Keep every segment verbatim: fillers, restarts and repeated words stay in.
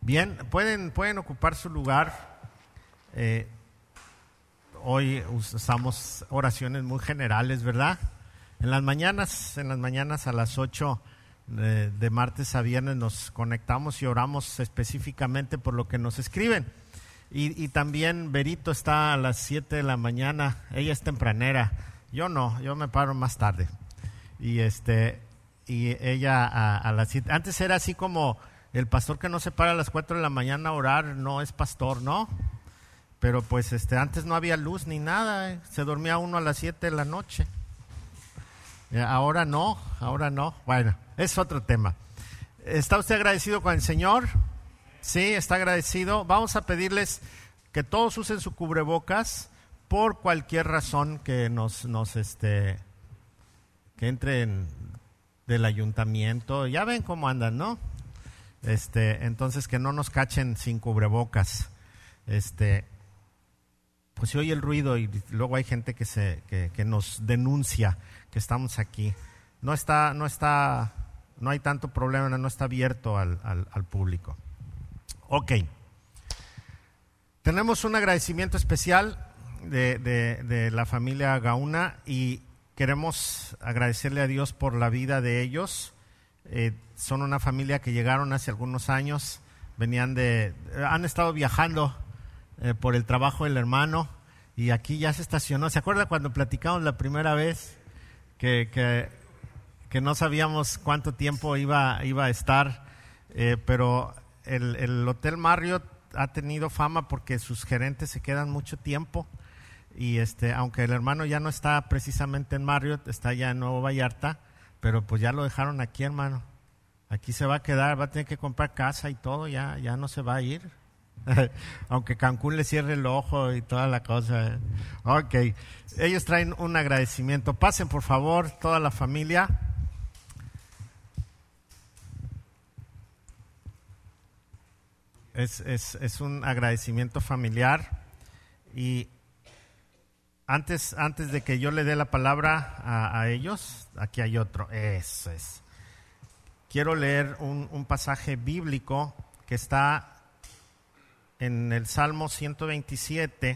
Bien, pueden, pueden ocupar su lugar. Eh, hoy usamos oraciones muy generales, ¿verdad? En las mañanas, en las mañanas a las ocho de, de martes a viernes nos conectamos y oramos específicamente por lo que nos escriben. Y, y también Berito está a las siete de la mañana, ella es tempranera, yo no, yo me paro más tarde. Y este y ella a, a las siete, antes era así como el pastor que no se para a las cuatro de la mañana a orar, no es pastor, ¿no? Pero pues este antes no había luz ni nada, ¿eh? Se dormía uno a las siete de la noche. Eh, ahora no, ahora no. Bueno, es otro tema. ¿Está usted agradecido con el Señor? Sí, está agradecido. Vamos a pedirles que todos usen su cubrebocas por cualquier razón que nos, nos este, que entren del ayuntamiento. Ya ven cómo andan, ¿no? Este, entonces que no nos cachen sin cubrebocas. Este, pues se oye el ruido y luego hay gente que se, que, que nos denuncia que estamos aquí. No está, no está, no hay tanto problema, no está abierto al, al, al público. Ok. Tenemos un agradecimiento especial de, de, de la familia Gauna y queremos agradecerle a Dios por la vida de ellos. Eh, son una familia que llegaron hace algunos años, venían de, han estado viajando eh, por el trabajo del hermano y aquí ya se estacionó. ¿Se acuerda cuando platicamos la primera vez que, que, que no sabíamos cuánto tiempo iba, iba a estar? Eh, pero el, el Hotel Marriott ha tenido fama porque sus gerentes se quedan mucho tiempo y este, aunque el hermano ya no está precisamente en Marriott, está ya en Nuevo Vallarta, pero pues ya lo dejaron aquí, hermano. Aquí se va a quedar, va a tener que comprar casa y todo, ya, ya no se va a ir. Aunque Cancún le cierre el ojo y toda la cosa. Ok, ellos traen un agradecimiento. Pasen por favor, toda la familia. Es, es, es un agradecimiento familiar. Y antes, antes de que yo le dé la palabra a, a ellos, aquí hay otro. Eso es. Quiero leer un, un pasaje bíblico que está en el Salmo ciento veintisiete.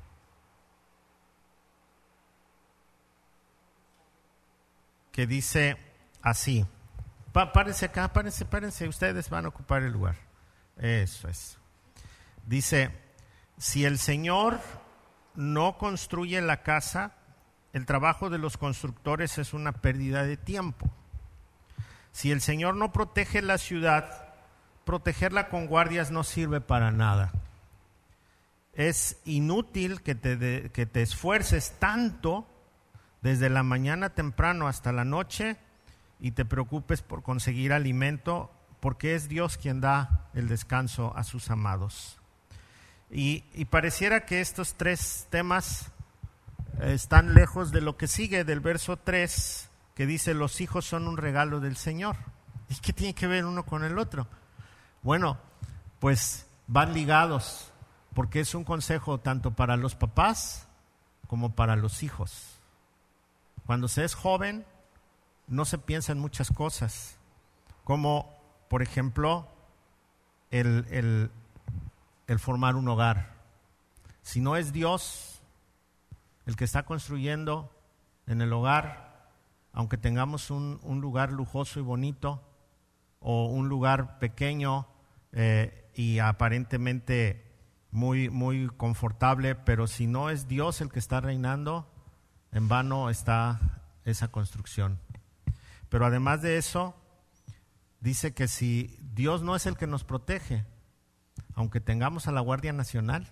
Que dice así. Pa, párense acá, párense, párense. Ustedes van a ocupar el lugar. Eso es. Dice, si el Señor no construye la casa, el trabajo de los constructores es una pérdida de tiempo. Si el Señor no protege la ciudad, protegerla con guardias no sirve para nada. Es inútil que te, de, que te esfuerces tanto desde la mañana temprano hasta la noche y te preocupes por conseguir alimento, porque es Dios quien da el descanso a sus amados. Y, y pareciera que estos tres temas eh, están lejos de lo que sigue del verso tres, que dice, los hijos son un regalo del Señor. ¿Y qué tiene que ver uno con el otro? Bueno, pues van ligados, porque es un consejo tanto para los papás como para los hijos. Cuando se es joven, no se piensa en muchas cosas, como por ejemplo, el, el, el formar un hogar. Si no es Dios el que está construyendo en el hogar, aunque tengamos un, un lugar lujoso y bonito, o un lugar pequeño eh, y aparentemente muy, muy confortable, pero si no es Dios el que está reinando, en vano está esa construcción. Pero además de eso, dice que si Dios no es el que nos protege, aunque tengamos a la Guardia Nacional,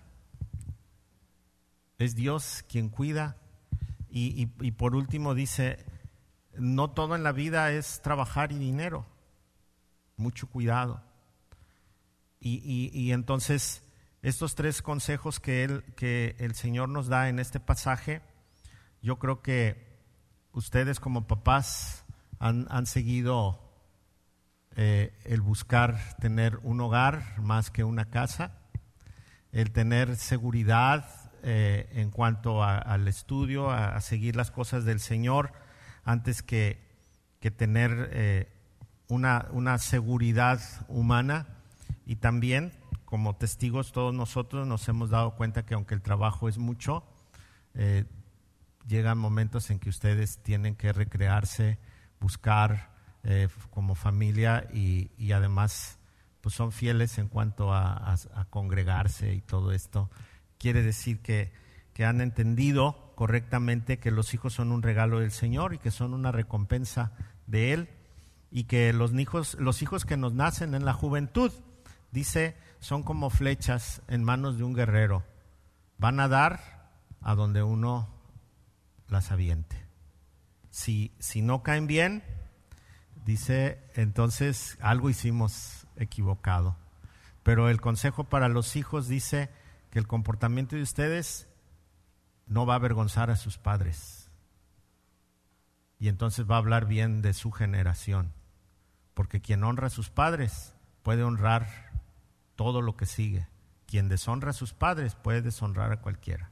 es Dios quien cuida. Y, y, y por último dice, no todo en la vida es trabajar y dinero. Mucho cuidado. Y, y, y entonces, estos tres consejos que, él, que el Señor nos da en este pasaje, yo creo que ustedes como papás han, han seguido eh, el buscar tener un hogar más que una casa, el tener seguridad eh, en cuanto a, al estudio, a, a seguir las cosas del Señor, antes que, que tener eh, una, una seguridad humana. Y también, como testigos, todos nosotros nos hemos dado cuenta que aunque el trabajo es mucho, eh, llegan momentos en que ustedes tienen que recrearse, buscar eh, como familia y, y además pues son fieles en cuanto a, a, a congregarse y todo esto. Quiere decir que, que han entendido correctamente que los hijos son un regalo del Señor y que son una recompensa de Él, y que los hijos, los hijos que nos nacen en la juventud, dice, son como flechas en manos de un guerrero. Van a dar a donde uno las aviente. Si, si no caen bien, dice, entonces algo hicimos equivocado. Pero el consejo para los hijos dice que el comportamiento de ustedes no va a avergonzar a sus padres. Y entonces va a hablar bien de su generación. Porque quien honra a sus padres puede honrar todo lo que sigue. Quien deshonra a sus padres puede deshonrar a cualquiera.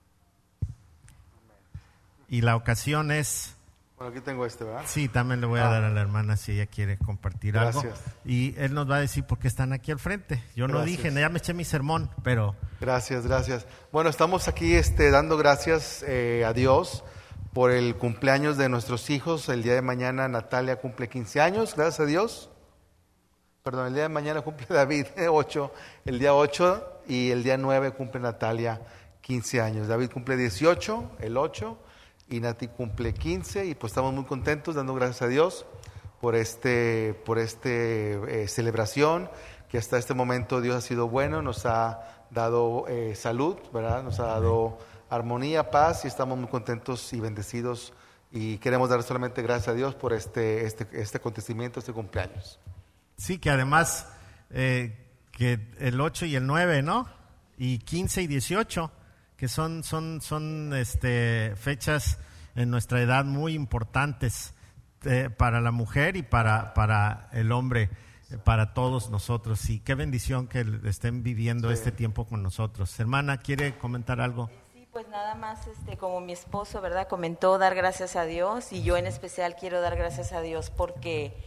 Y la ocasión es... Bueno, aquí tengo este, ¿verdad? Sí, también le voy a ah. dar a la hermana si ella quiere compartir Gracias. algo. Y él nos va a decir por qué están aquí al frente. Yo no Gracias. dije, ya me eché mi sermón, pero... Gracias, gracias. Bueno, estamos aquí este, dando gracias eh, a Dios por el cumpleaños de nuestros hijos. El día de mañana Natalia cumple quince años, gracias a Dios. Perdón, el día de mañana cumple David, ocho. El día ocho y el día nueve cumple Natalia quince años. David cumple dieciocho, el ocho. Y Nati cumple quince, y pues estamos muy contentos, dando gracias a Dios por este, por este eh, celebración, que hasta este momento Dios ha sido bueno, nos ha dado eh, salud, ¿verdad? Nos ha dado armonía, paz, y estamos muy contentos y bendecidos, y queremos dar solamente gracias a Dios por este, este, este acontecimiento, este cumpleaños. Sí, que además eh, que el ocho y el nueve, ¿no? Y quince y dieciocho, que son, son, son este, fechas en nuestra edad muy importantes eh, para la mujer y para, para el hombre, eh, para todos nosotros. Y qué bendición que estén viviendo sí. este tiempo con nosotros. Hermana, ¿quiere comentar algo? Sí, pues nada más, este, como mi esposo, ¿verdad?, comentó, dar gracias a Dios, y yo en especial quiero dar gracias a Dios porque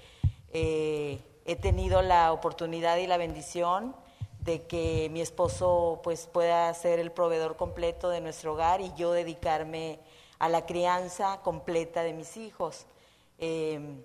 eh, he tenido la oportunidad y la bendición de que mi esposo pues pueda ser el proveedor completo de nuestro hogar y yo dedicarme a la crianza completa de mis hijos. Eh,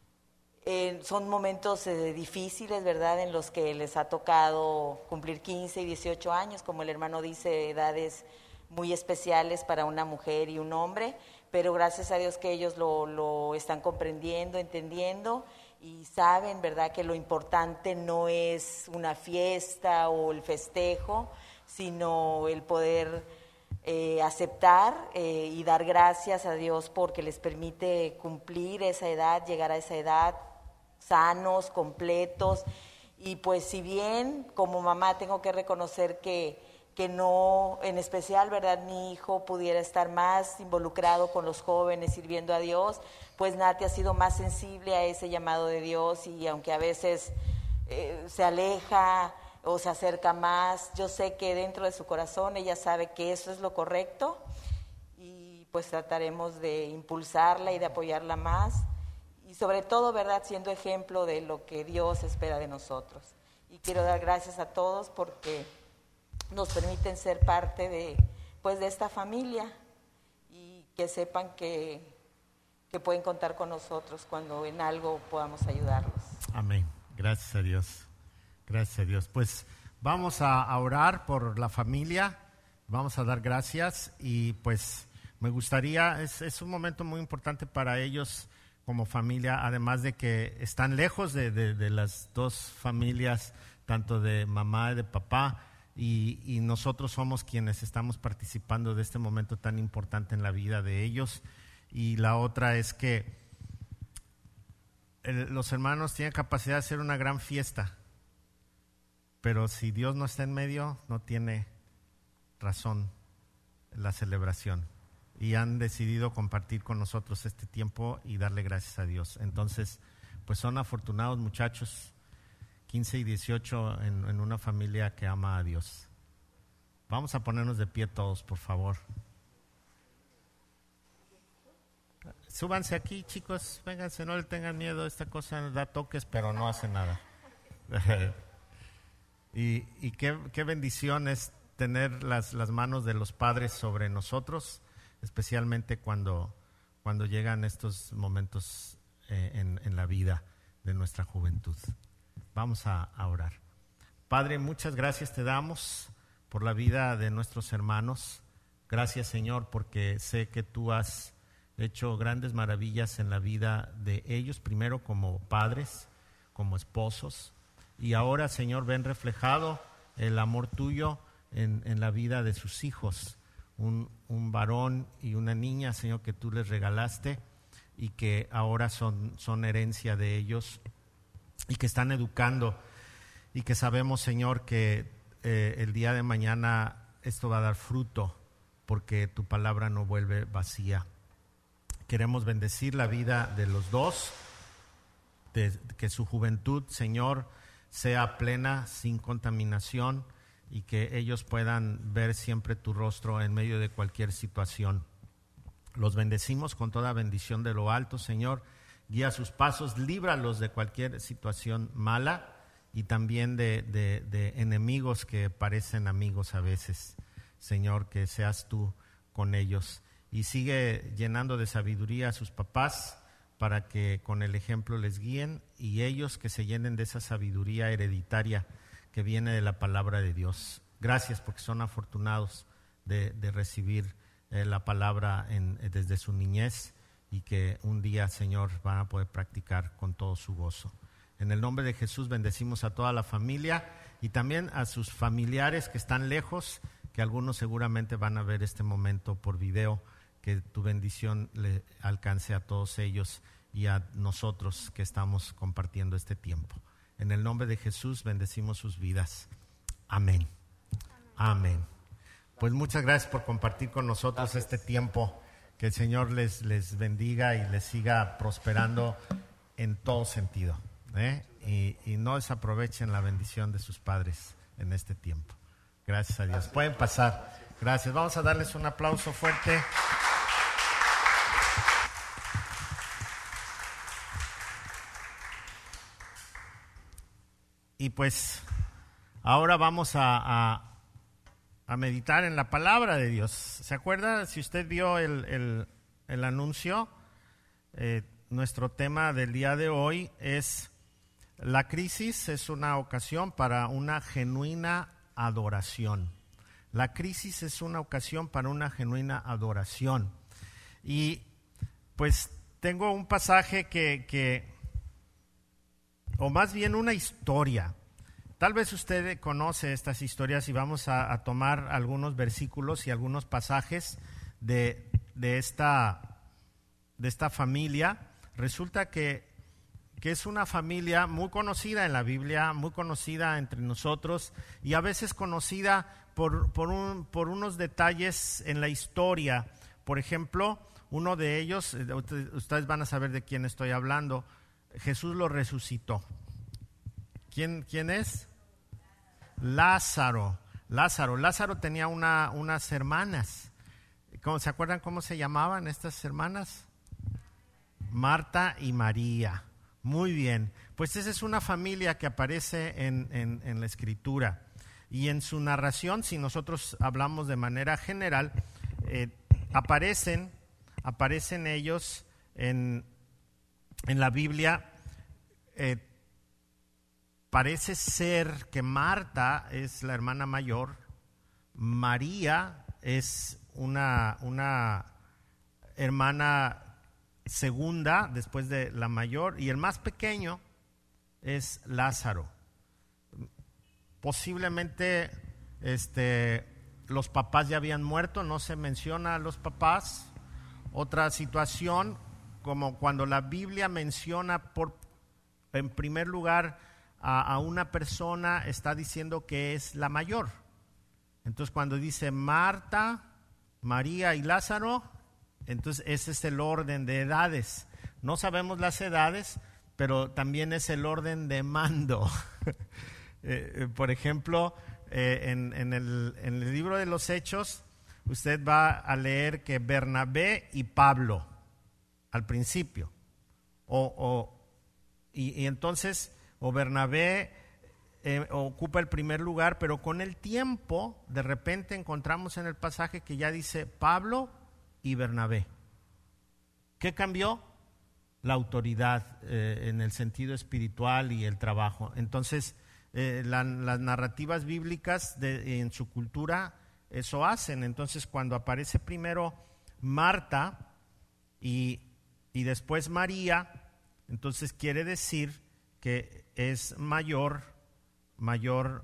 eh, son momentos eh, difíciles, ¿verdad?, en los que les ha tocado cumplir quince y dieciocho años, como el hermano dice, edades muy especiales para una mujer y un hombre, pero gracias a Dios que ellos lo, lo están comprendiendo, entendiendo, y saben, ¿verdad?, que lo importante no es una fiesta o el festejo, sino el poder eh, aceptar eh, y dar gracias a Dios porque les permite cumplir esa edad, llegar a esa edad sanos, completos. Y pues si bien como mamá tengo que reconocer que, que no, en especial, ¿verdad?, mi hijo pudiera estar más involucrado con los jóvenes sirviendo a Dios, pues Nati ha sido más sensible a ese llamado de Dios, y aunque a veces eh, se aleja o se acerca más, yo sé que dentro de su corazón ella sabe que eso es lo correcto, y pues trataremos de impulsarla y de apoyarla más, y sobre todo, ¿verdad?, siendo ejemplo de lo que Dios espera de nosotros. Y quiero dar gracias a todos porque nos permiten ser parte de, pues, de esta familia, y que sepan que que pueden contar con nosotros cuando en algo podamos ayudarlos. Amén. Gracias a Dios. Gracias a Dios. Pues vamos a, a orar por la familia, vamos a dar gracias, y pues me gustaría, es, es un momento muy importante para ellos como familia, además de que están lejos de, de, de las dos familias, tanto de mamá y de papá, y, y nosotros somos quienes estamos participando de este momento tan importante en la vida de ellos. Y la otra es que el, los hermanos tienen capacidad de hacer una gran fiesta, pero si Dios no está en medio, no tiene razón la celebración. Y han decidido compartir con nosotros este tiempo y darle gracias a Dios. Entonces, pues son afortunados muchachos, quince y dieciocho en, en una familia que ama a Dios. Vamos a ponernos de pie todos, por favor. Súbanse aquí, chicos, vénganse, no le tengan miedo, esta cosa da toques, pero no hace nada. Y, y qué, qué bendición es tener las, las manos de los padres sobre nosotros, especialmente cuando, cuando llegan estos momentos eh, en, en la vida de nuestra juventud. Vamos a, a orar. Padre, muchas gracias te damos por la vida de nuestros hermanos. Gracias, Señor, porque sé que tú has hecho grandes maravillas en la vida de ellos, primero como padres, como esposos, y ahora, Señor, ven reflejado el amor tuyo en, en la vida de sus hijos, un, un varón y una niña, Señor, que tú les regalaste y que ahora son, son herencia de ellos y que están educando, y que sabemos, Señor, que eh, el día de mañana esto va a dar fruto, porque tu palabra no vuelve vacía. Queremos bendecir la vida de los dos, de, que su juventud, Señor, sea plena, sin contaminación, y que ellos puedan ver siempre tu rostro en medio de cualquier situación. Los bendecimos con toda bendición de lo alto, Señor. Guía sus pasos, líbralos de cualquier situación mala y también de, de, de enemigos que parecen amigos a veces. Señor, que seas tú con ellos. Y sigue llenando de sabiduría a sus papás para que con el ejemplo les guíen, y ellos que se llenen de esa sabiduría hereditaria que viene de la palabra de Dios. Gracias porque son afortunados de, de recibir eh, la palabra en, desde su niñez, y que un día, Señor, van a poder practicar con todo su gozo. En el nombre de Jesús bendecimos a toda la familia y también a sus familiares que están lejos, que algunos seguramente van a ver este momento por video. Que tu bendición le alcance a todos ellos y a nosotros que estamos compartiendo este tiempo. En el nombre de Jesús bendecimos sus vidas. Amén. Amén. Amén. Pues muchas gracias por compartir con nosotros gracias. Este tiempo. Que el Señor les, les bendiga y les siga prosperando en todo sentido, ¿eh? y, y no desaprovechen la bendición de sus padres en este tiempo. Gracias a Dios. Gracias. Pueden pasar. Gracias. Vamos a darles un aplauso fuerte. Y pues ahora vamos a, a, a meditar en la palabra de Dios. ¿Se acuerda? Si usted vio el, el, el anuncio, eh, nuestro tema del día de hoy es: la crisis es una ocasión para una genuina adoración. La crisis es una ocasión para una genuina adoración. Y pues tengo un pasaje que... que o más bien una historia. Tal vez usted conoce estas historias y vamos a, a tomar algunos versículos y algunos pasajes de, de, esta, de esta familia. Resulta que, que es una familia muy conocida en la Biblia, muy conocida entre nosotros y a veces conocida por, por, un, por unos detalles en la historia. Por ejemplo, uno de ellos, ustedes van a saber de quién estoy hablando. Jesús lo resucitó. ¿Quién, quién es? Lázaro. Lázaro. Lázaro tenía una, unas hermanas. ¿Cómo, ¿Se acuerdan cómo se llamaban estas hermanas? Marta y María. Muy bien. Pues esa es una familia que aparece en, en, en la Escritura. Y en su narración, si nosotros hablamos de manera general, eh, aparecen, aparecen ellos en... En la Biblia eh, parece ser que Marta es la hermana mayor, María es una, una hermana segunda después de la mayor, y el más pequeño es Lázaro. Posiblemente este, los papás ya habían muerto, no se menciona a los papás. Otra situación, como cuando la Biblia menciona por, en primer lugar a, a una persona, está diciendo que es la mayor. Entonces cuando dice Marta, María y Lázaro, entonces ese es el orden de edades. No sabemos las edades, pero también es el orden de mando. eh, por ejemplo, eh, en, en, el, en el libro de los Hechos, usted va a leer que Bernabé y Pablo al principio, o, o y, y entonces o Bernabé eh, ocupa el primer lugar, pero con el tiempo, de repente encontramos en el pasaje que ya dice Pablo y Bernabé. ¿Qué cambió? La autoridad eh, en el sentido espiritual y el trabajo. Entonces, eh, la, las narrativas bíblicas de, en su cultura eso hacen. Entonces, cuando aparece primero Marta y, y después María, entonces quiere decir que es mayor, mayor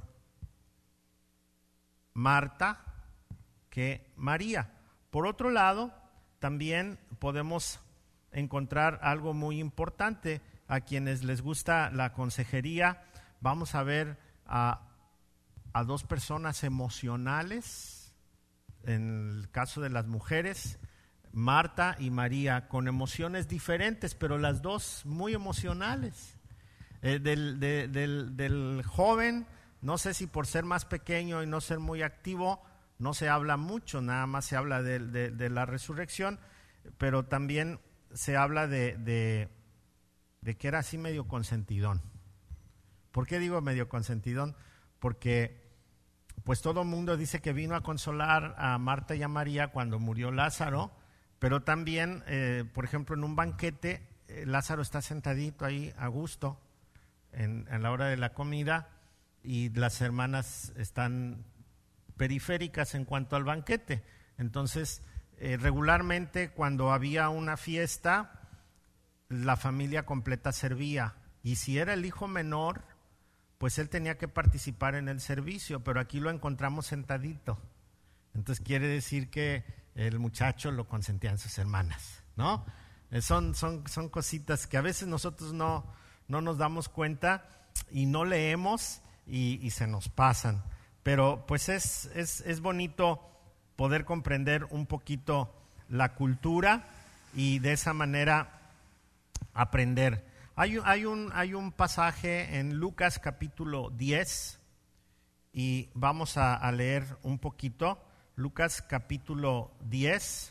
Marta que María. Por otro lado, también podemos encontrar algo muy importante. A quienes les gusta la consejería, vamos a ver a, a dos personas emocionales, en el caso de las mujeres, Marta y María, con emociones diferentes, pero las dos muy emocionales. Eh, del, de, del, del joven, no sé si por ser más pequeño y no ser muy activo, no se habla mucho, nada más se habla de, de, de la resurrección, pero también se habla de, de, de que era así medio consentidón. ¿Por qué digo medio consentidón? Porque pues todo el mundo dice que vino a consolar a Marta y a María cuando murió Lázaro, pero también, eh, por ejemplo, en un banquete, eh, Lázaro está sentadito ahí a gusto en, en la hora de la comida y las hermanas están periféricas en cuanto al banquete. Entonces, eh, regularmente cuando había una fiesta, la familia completa servía, y si era el hijo menor, pues él tenía que participar en el servicio, pero aquí lo encontramos sentadito. Entonces quiere decir que el muchacho lo consentían sus hermanas, ¿no? Eh, son, son, son cositas que a veces nosotros no, no nos damos cuenta y no leemos y, y se nos pasan. Pero pues es, es, es bonito poder comprender un poquito la cultura y de esa manera aprender. Hay, hay, un, hay un pasaje en Lucas capítulo diez y vamos a, a leer un poquito. Lucas capítulo diez.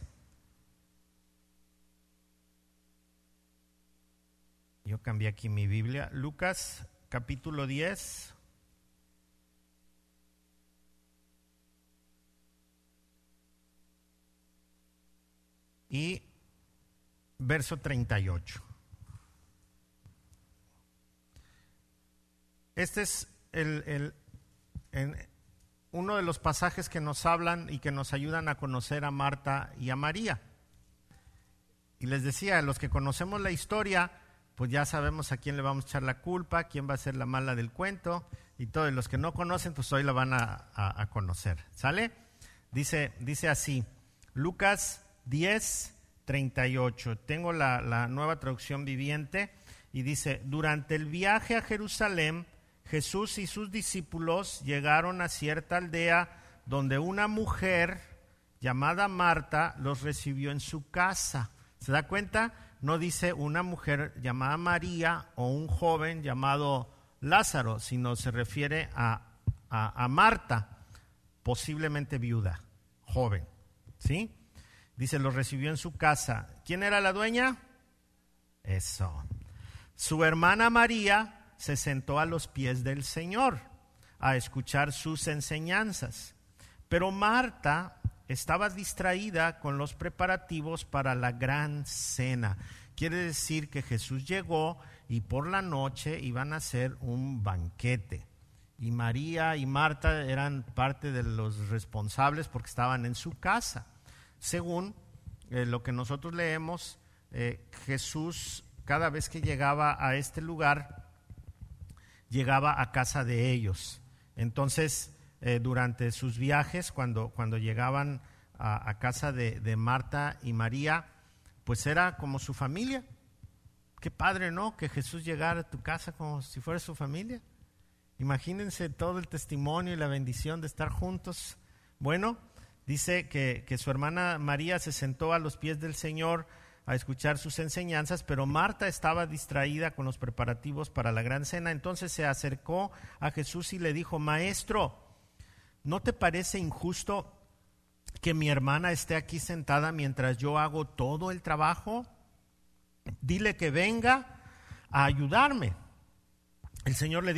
Yo cambié aquí mi Biblia. Lucas capítulo diez. Y verso treinta y ocho. Este es el, el, el, uno de los pasajes que nos hablan y que nos ayudan a conocer a Marta y a María. Y les decía, los que conocemos la historia, pues ya sabemos a quién le vamos a echar la culpa, quién va a ser la mala del cuento, y todos los que no conocen, pues hoy la van a, a, a conocer. ¿Sale? Dice, dice así, Lucas diez, treinta y ocho. Tengo la, la nueva traducción viviente y dice, durante el viaje a Jerusalén, Jesús y sus discípulos llegaron a cierta aldea donde una mujer llamada Marta los recibió en su casa. ¿Se da cuenta? No dice una mujer llamada María o un joven llamado Lázaro, sino se refiere a, a, a Marta, posiblemente viuda, joven, ¿sí? Dice, los recibió en su casa. ¿Quién era la dueña? Eso. Su hermana María se sentó a los pies del Señor a escuchar sus enseñanzas. Pero Marta estaba distraída con los preparativos para la gran cena. Quiere decir que Jesús llegó y por la noche iban a hacer un banquete. Y María y Marta eran parte de los responsables porque estaban en su casa. Según eh, lo que nosotros leemos, eh, Jesús cada vez que llegaba a este lugar, llegaba a casa de ellos. Entonces, eh, durante sus viajes, cuando, cuando llegaban a, a casa de, de Marta y María, pues era como su familia. Qué padre, ¿no? Que Jesús llegara a tu casa como si fuera su familia. Imagínense todo el testimonio y la bendición de estar juntos. Bueno, dice que, que su hermana María se sentó a los pies del Señor a escuchar sus enseñanzas, pero Marta estaba distraída con los preparativos para la gran cena. Entonces se acercó a Jesús y le dijo, Maestro, ¿no te parece injusto que mi hermana esté aquí sentada mientras yo hago todo el trabajo? Dile que venga a ayudarme. El Señor le dijo,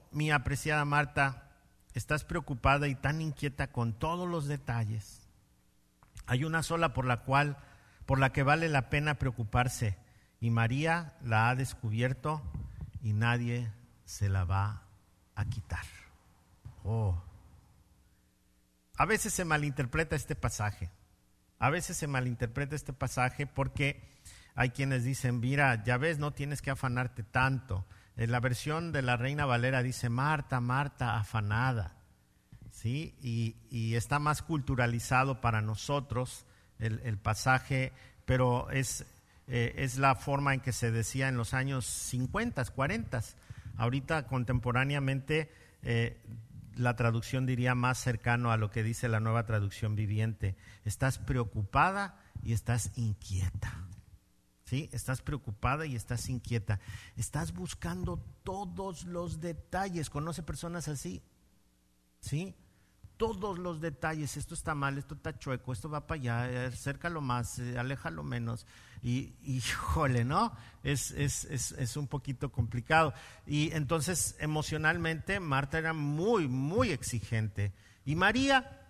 mi apreciada Marta, estás preocupada y tan inquieta con todos los detalles. Hay una sola por la cual, por la que vale la pena preocuparse, y María la ha descubierto y nadie se la va a quitar. Oh. A veces se malinterpreta este pasaje. A veces se malinterpreta este pasaje porque hay quienes dicen, mira, ya ves, no tienes que afanarte tanto. En la versión de la Reina Valera dice, Marta, Marta, afanada. ¿Sí? Y, y está más culturalizado para nosotros el, el pasaje, pero es, eh, es la forma en que se decía en los años cincuenta, cuarenta. Ahorita contemporáneamente eh, la traducción diría más cercano a lo que dice la Nueva Traducción Viviente. Estás preocupada y estás inquieta. ¿Sí? Estás preocupada y estás inquieta. Estás buscando todos los detalles. ¿Conoce personas así? ¿Sí? Todos los detalles, esto está mal, esto está chueco, esto va para allá, acércalo más, aléjalo menos, y, y híjole, ¿no? Es, es, es, es un poquito complicado. Y entonces emocionalmente Marta era muy, muy exigente. Y María,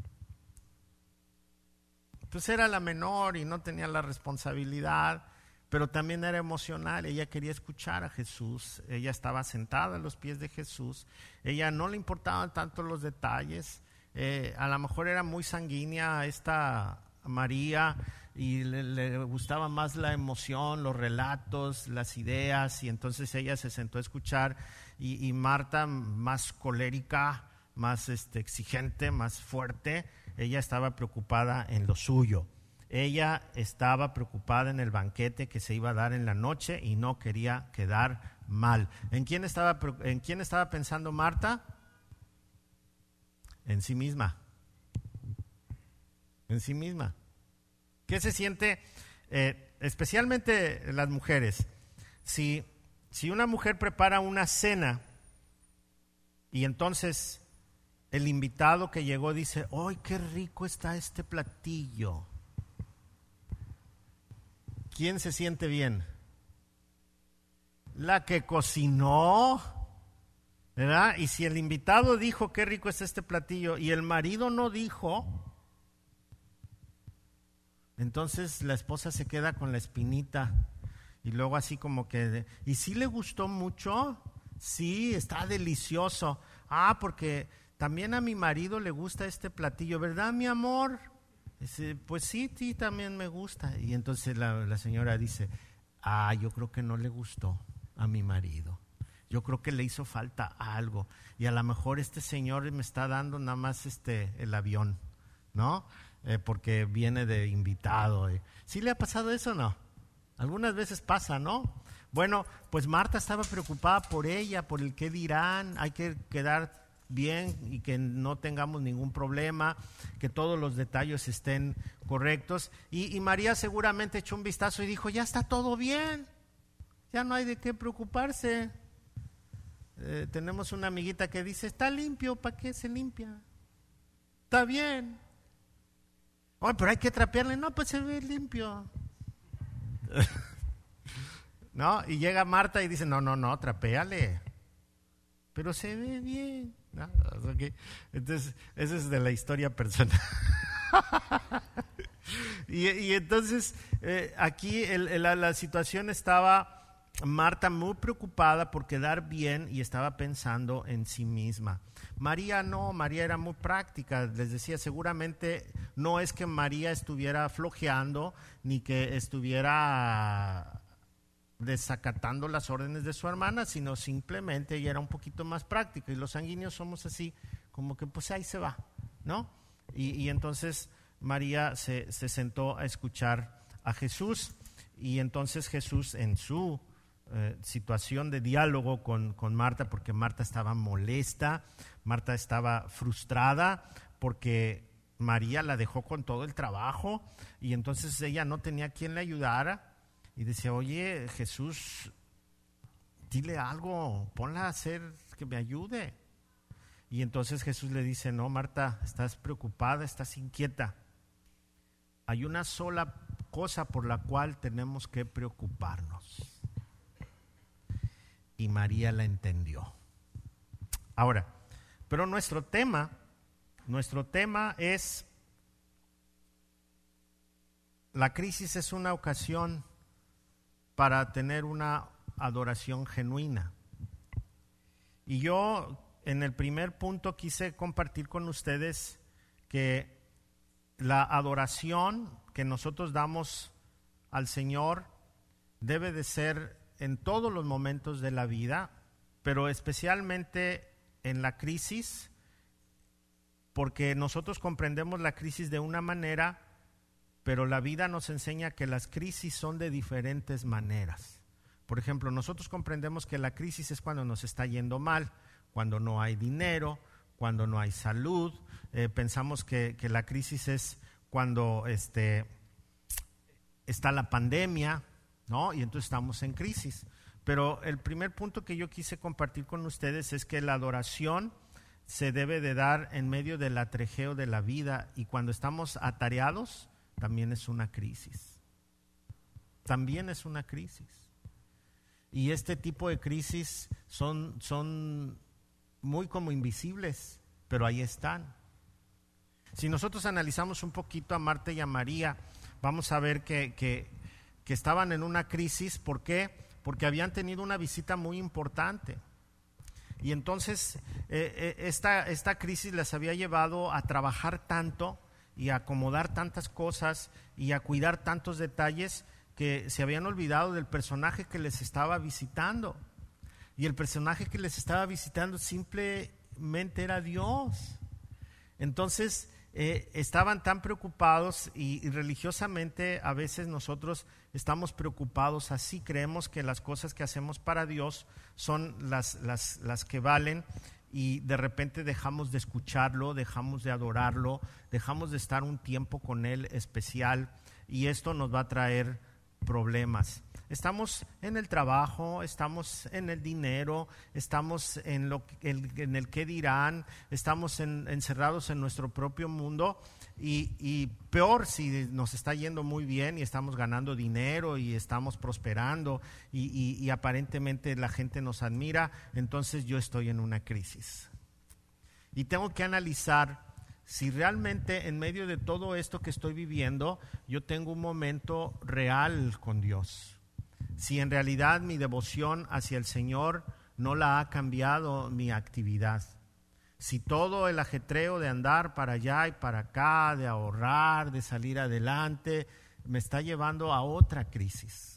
pues era la menor y no tenía la responsabilidad, pero también era emocional. Ella quería escuchar a Jesús, ella estaba sentada a los pies de Jesús, ella no le importaban tanto los detalles, eh, a lo mejor era muy sanguínea esta María y le, le gustaba más la emoción, los relatos, las ideas, y entonces ella se sentó a escuchar, y, y Marta, más colérica, más este, exigente, más fuerte, ella estaba preocupada en lo suyo. Ella estaba preocupada en el banquete que se iba a dar en la noche y no quería quedar mal. ¿En quién estaba, en quién estaba pensando Marta? En sí misma. En sí misma. ¿Qué se siente? Eh, especialmente las mujeres. Si, si una mujer prepara una cena y entonces el invitado que llegó dice, ¡ay, qué rico está este platillo! ¿Quién se siente bien? La que cocinó, ¿verdad? Y si el invitado dijo qué rico es este platillo y el marido no dijo, entonces la esposa se queda con la espinita y luego así como que, ¿y si le gustó mucho? Sí, está delicioso. Ah, porque también a mi marido le gusta este platillo, ¿verdad, mi amor? Dice, pues sí, sí, también me gusta. Y entonces la, la señora dice, ah, yo creo que no le gustó a mi marido. Yo creo que le hizo falta algo. Y a lo mejor este señor me está dando nada más este, el avión, ¿no? Eh, porque viene de invitado. Eh. ¿Sí le ha pasado eso o no? Algunas veces pasa, ¿no? Bueno, pues Marta estaba preocupada por ella, por el qué dirán, hay que quedar bien y que no tengamos ningún problema, que todos los detalles estén correctos. Y, y María seguramente echó un vistazo y dijo, ya está todo bien, ya no hay de qué preocuparse. Eh, tenemos una amiguita que dice, está limpio, ¿para qué se limpia? Está bien. Oye, pero hay que trapearle, no, pues se ve limpio. ¿No? Y llega Marta y dice, no, no, no, trapéale, pero se ve bien. ¿No? Okay. Entonces, esa es de la historia personal. y, y entonces, eh, aquí el, el, la, la situación estaba Marta muy preocupada por quedar bien y estaba pensando en sí misma. María no, María era muy práctica. Les decía, seguramente no es que María estuviera flojeando ni que estuviera desacatando las órdenes de su hermana, sino simplemente ella era un poquito más práctica, y los sanguíneos somos así, como que pues ahí se va, ¿no? Y, y entonces María se, se sentó a escuchar a Jesús, y entonces Jesús, en su eh, situación de diálogo con, con Marta, porque Marta estaba molesta, Marta estaba frustrada porque María la dejó con todo el trabajo y entonces ella no tenía quien le ayudara. Y decía, oye, Jesús, dile algo, ponla a hacer, que me ayude. Y entonces Jesús le dice, no, Marta, estás preocupada, estás inquieta. Hay una sola cosa por la cual tenemos que preocuparnos. Y María la entendió. Ahora, pero nuestro tema, nuestro tema es, la crisis es una ocasión para tener una adoración genuina. Y yo en el primer punto quise compartir con ustedes que la adoración que nosotros damos al Señor debe de ser en todos los momentos de la vida, pero especialmente en la crisis, porque nosotros comprendemos la crisis de una manera, pero la vida nos enseña que las crisis son de diferentes maneras. Por ejemplo, nosotros comprendemos que la crisis es cuando nos está yendo mal, cuando no hay dinero, cuando no hay salud. Eh, pensamos que, que la crisis es cuando este, está la pandemia, ¿no? Y entonces estamos en crisis. Pero el primer punto que yo quise compartir con ustedes es que la adoración se debe de dar en medio del atrejeo de la vida, y cuando estamos atareados también es una crisis. También es una crisis. Y este tipo de crisis son, son muy como invisibles, pero ahí están. Si nosotros analizamos un poquito a Marta y a María, vamos a ver que, que, que estaban en una crisis. ¿Por qué? Porque habían tenido una visita muy importante. Y entonces eh, eh, esta, esta crisis les había llevado a trabajar tanto y a acomodar tantas cosas y a cuidar tantos detalles, que se habían olvidado del personaje que les estaba visitando. Y el personaje que les estaba visitando simplemente era Dios. Entonces eh, estaban tan preocupados, y, y religiosamente a veces nosotros estamos preocupados así. Creemos que las cosas que hacemos para Dios son las, las, las que valen, y de repente dejamos de escucharlo, dejamos de adorarlo, dejamos de estar un tiempo con Él especial, y esto nos va a traer problemas. Estamos en el trabajo, estamos en el dinero, estamos en, lo, en, en el qué dirán, estamos en, encerrados en nuestro propio mundo, y, y peor si nos está yendo muy bien y estamos ganando dinero y estamos prosperando y, y, y aparentemente la gente nos admira, entonces yo estoy en una crisis. Y tengo que analizar si realmente en medio de todo esto que estoy viviendo, yo tengo un momento real con Dios. Si en realidad mi devoción hacia el Señor no la ha cambiado mi actividad. Si todo el ajetreo de andar para allá y para acá, de ahorrar, de salir adelante, me está llevando a otra crisis.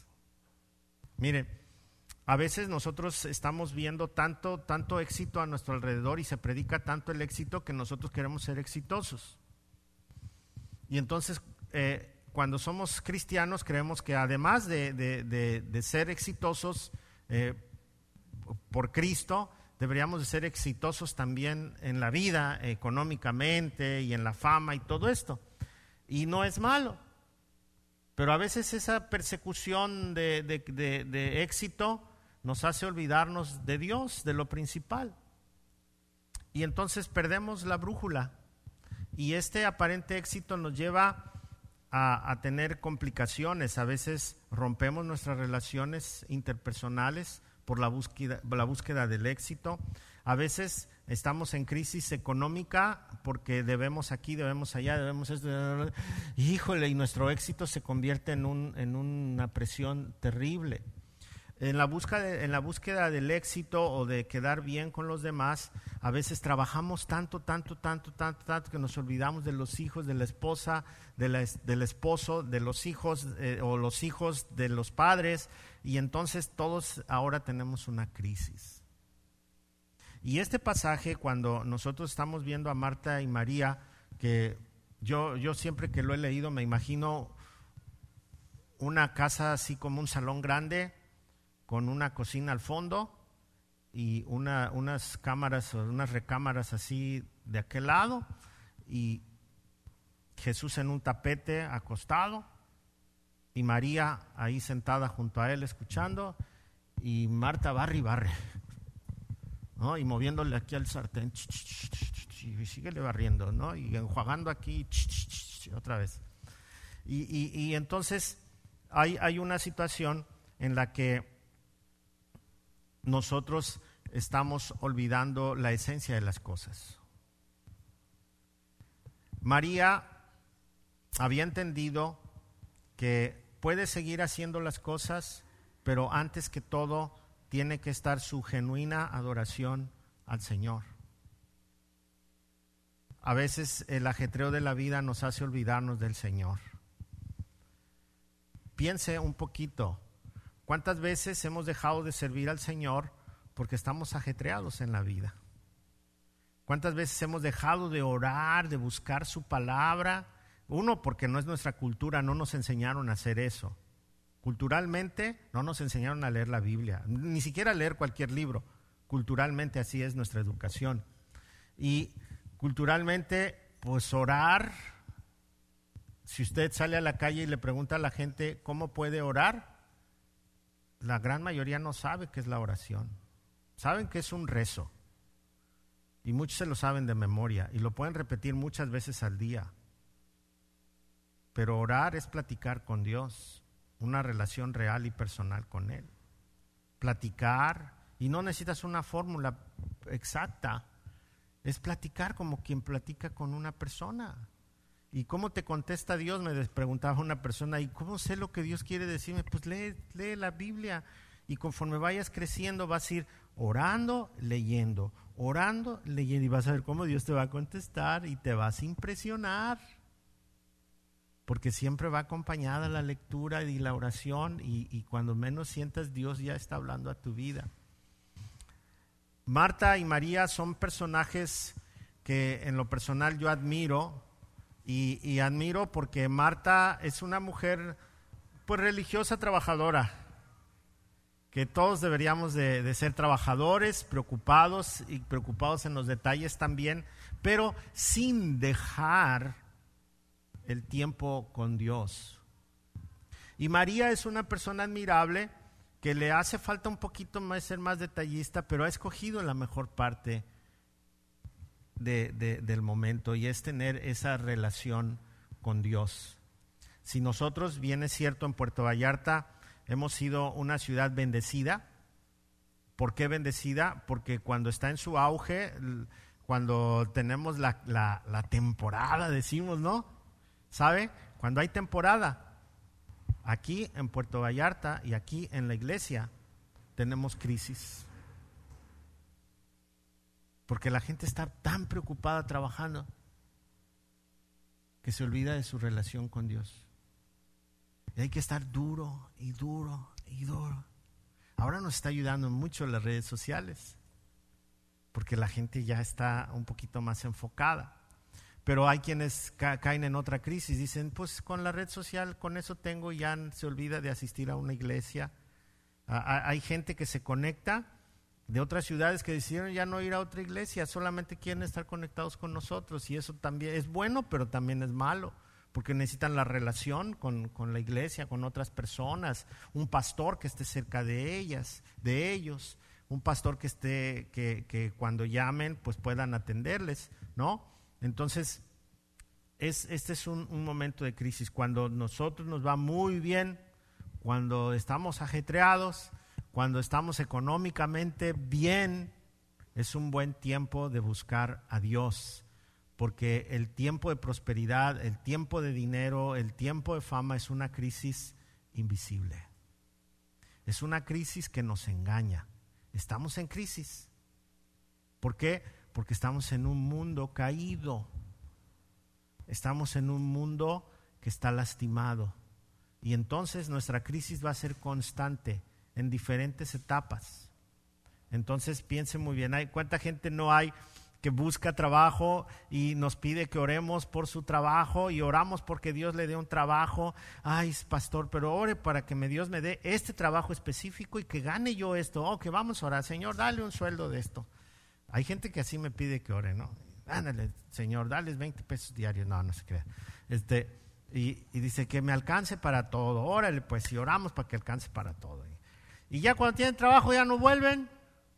Mire, a veces nosotros estamos viendo tanto, tanto éxito a nuestro alrededor, y se predica tanto el éxito que nosotros queremos ser exitosos. Y entonces, eh, cuando somos cristianos, creemos que además de, de, de, de ser exitosos eh, por Cristo, deberíamos de ser exitosos también en la vida, económicamente y en la fama y todo esto. Y no es malo. Pero a veces esa persecución de, de, de, de éxito nos hace olvidarnos de Dios, de lo principal. Y entonces perdemos la brújula. Y este aparente éxito nos lleva a, a tener complicaciones. A veces rompemos nuestras relaciones interpersonales por la búsqueda, la búsqueda del éxito. A veces estamos en crisis económica porque debemos aquí, debemos allá, debemos esto. Híjole, y nuestro éxito se convierte en, un, en una presión terrible. En la, búsqueda de, en la búsqueda del éxito o de quedar bien con los demás, a veces trabajamos tanto, tanto, tanto, tanto, tanto que nos olvidamos de los hijos, de la esposa, de la, del esposo, de los hijos eh, o los hijos de los padres, y entonces todos ahora tenemos una crisis. Y este pasaje, cuando nosotros estamos viendo a Marta y María, que yo, yo siempre que lo he leído me imagino una casa así como un salón grande, con una cocina al fondo y una, unas cámaras o unas recámaras así de aquel lado, y Jesús en un tapete acostado y María ahí sentada junto a él escuchando, y Marta barre y barre, ¿no? Y moviéndole aquí al sartén, y síguele barriendo, ¿no? Y enjuagando aquí otra vez. Y, y, y entonces hay, hay una situación en la que nosotros estamos olvidando la esencia de las cosas. María había entendido que puede seguir haciendo las cosas, pero antes que todo tiene que estar su genuina adoración al Señor. A veces el ajetreo de la vida nos hace olvidarnos del Señor. Piense un poquito, ¿cuántas veces hemos dejado de servir al Señor porque estamos ajetreados en la vida? ¿Cuántas veces hemos dejado de orar, de buscar su palabra? Uno, porque no es nuestra cultura, no nos enseñaron a hacer eso. Culturalmente no nos enseñaron a leer la Biblia, ni siquiera a leer cualquier libro. Culturalmente así es nuestra educación. Y culturalmente, pues orar, si usted sale a la calle y le pregunta a la gente cómo puede orar, la gran mayoría no sabe qué es la oración. Saben que es un rezo. Y muchos se lo saben de memoria y lo pueden repetir muchas veces al día. Pero orar es platicar con Dios, una relación real y personal con Él. Platicar, y no necesitas una fórmula exacta, es platicar como quien platica con una persona. ¿Y cómo te contesta Dios? Me preguntaba una persona, ¿y cómo sé lo que Dios quiere decirme? Pues lee, lee la Biblia. Y conforme vayas creciendo vas a ir orando, leyendo, orando, leyendo, y vas a ver cómo Dios te va a contestar y te vas a impresionar. Porque siempre va acompañada la lectura y la oración, y, y cuando menos sientas, Dios ya está hablando a tu vida. Marta y María son personajes que en lo personal yo admiro, y, y admiro porque Marta es una mujer pues religiosa, trabajadora, que todos deberíamos de, de ser trabajadores, preocupados y preocupados en los detalles también, pero sin dejar el tiempo con Dios. Y María es una persona admirable que le hace falta un poquito más ser más detallista, pero ha escogido la mejor parte de, de, del momento, y es tener esa relación con Dios. Si nosotros, bien es cierto, en Puerto Vallarta hemos sido una ciudad bendecida. ¿Por qué bendecida? Porque cuando está en su auge, cuando tenemos la, la, la temporada, decimos, ¿no? ¿Sabe? Cuando hay temporada, aquí en Puerto Vallarta y aquí en la iglesia tenemos crisis. Porque la gente está tan preocupada trabajando que se olvida de su relación con Dios. Y hay que estar duro y duro y duro. Ahora nos está ayudando mucho las redes sociales, porque la gente ya está un poquito más enfocada. Pero hay quienes ca- caen en otra crisis, dicen, pues con la red social, con eso tengo, y ya se olvida de asistir a una iglesia. Ah, hay gente que se conecta de otras ciudades que decidieron ya no ir a otra iglesia, solamente quieren estar conectados con nosotros, y eso también es bueno, pero también es malo, porque necesitan la relación con, con la iglesia, con otras personas, un pastor que esté cerca de ellas, de ellos, un pastor que esté, que, que cuando llamen pues puedan atenderles, ¿no? Entonces, es, este es un, un momento de crisis, cuando nosotros nos va muy bien, cuando estamos ajetreados, cuando estamos económicamente bien, es un buen tiempo de buscar a Dios, porque el tiempo de prosperidad, el tiempo de dinero, el tiempo de fama es una crisis invisible. Es una crisis que nos engaña. Estamos en crisis. ¿Por qué? Porque estamos en un mundo caído. Estamos en un mundo que está lastimado. Y entonces nuestra crisis va a ser constante en diferentes etapas. Entonces piense muy bien, ¿hay cuánta gente no hay que busca trabajo y nos pide que oremos por su trabajo, y oramos porque Dios le dé un trabajo? Ay, pastor, pero ore para que me, Dios me dé este trabajo específico y que gane yo esto. Oh, que vamos a orar, Señor, dale un sueldo de esto. Hay gente que así me pide que ore, ¿no? Ándale, Señor, dales veinte pesos diarios. No, no se crea. Este, y, y dice que me alcance para todo. Órale, pues, si oramos para que alcance para todo. Y ya cuando tienen trabajo ya no vuelven.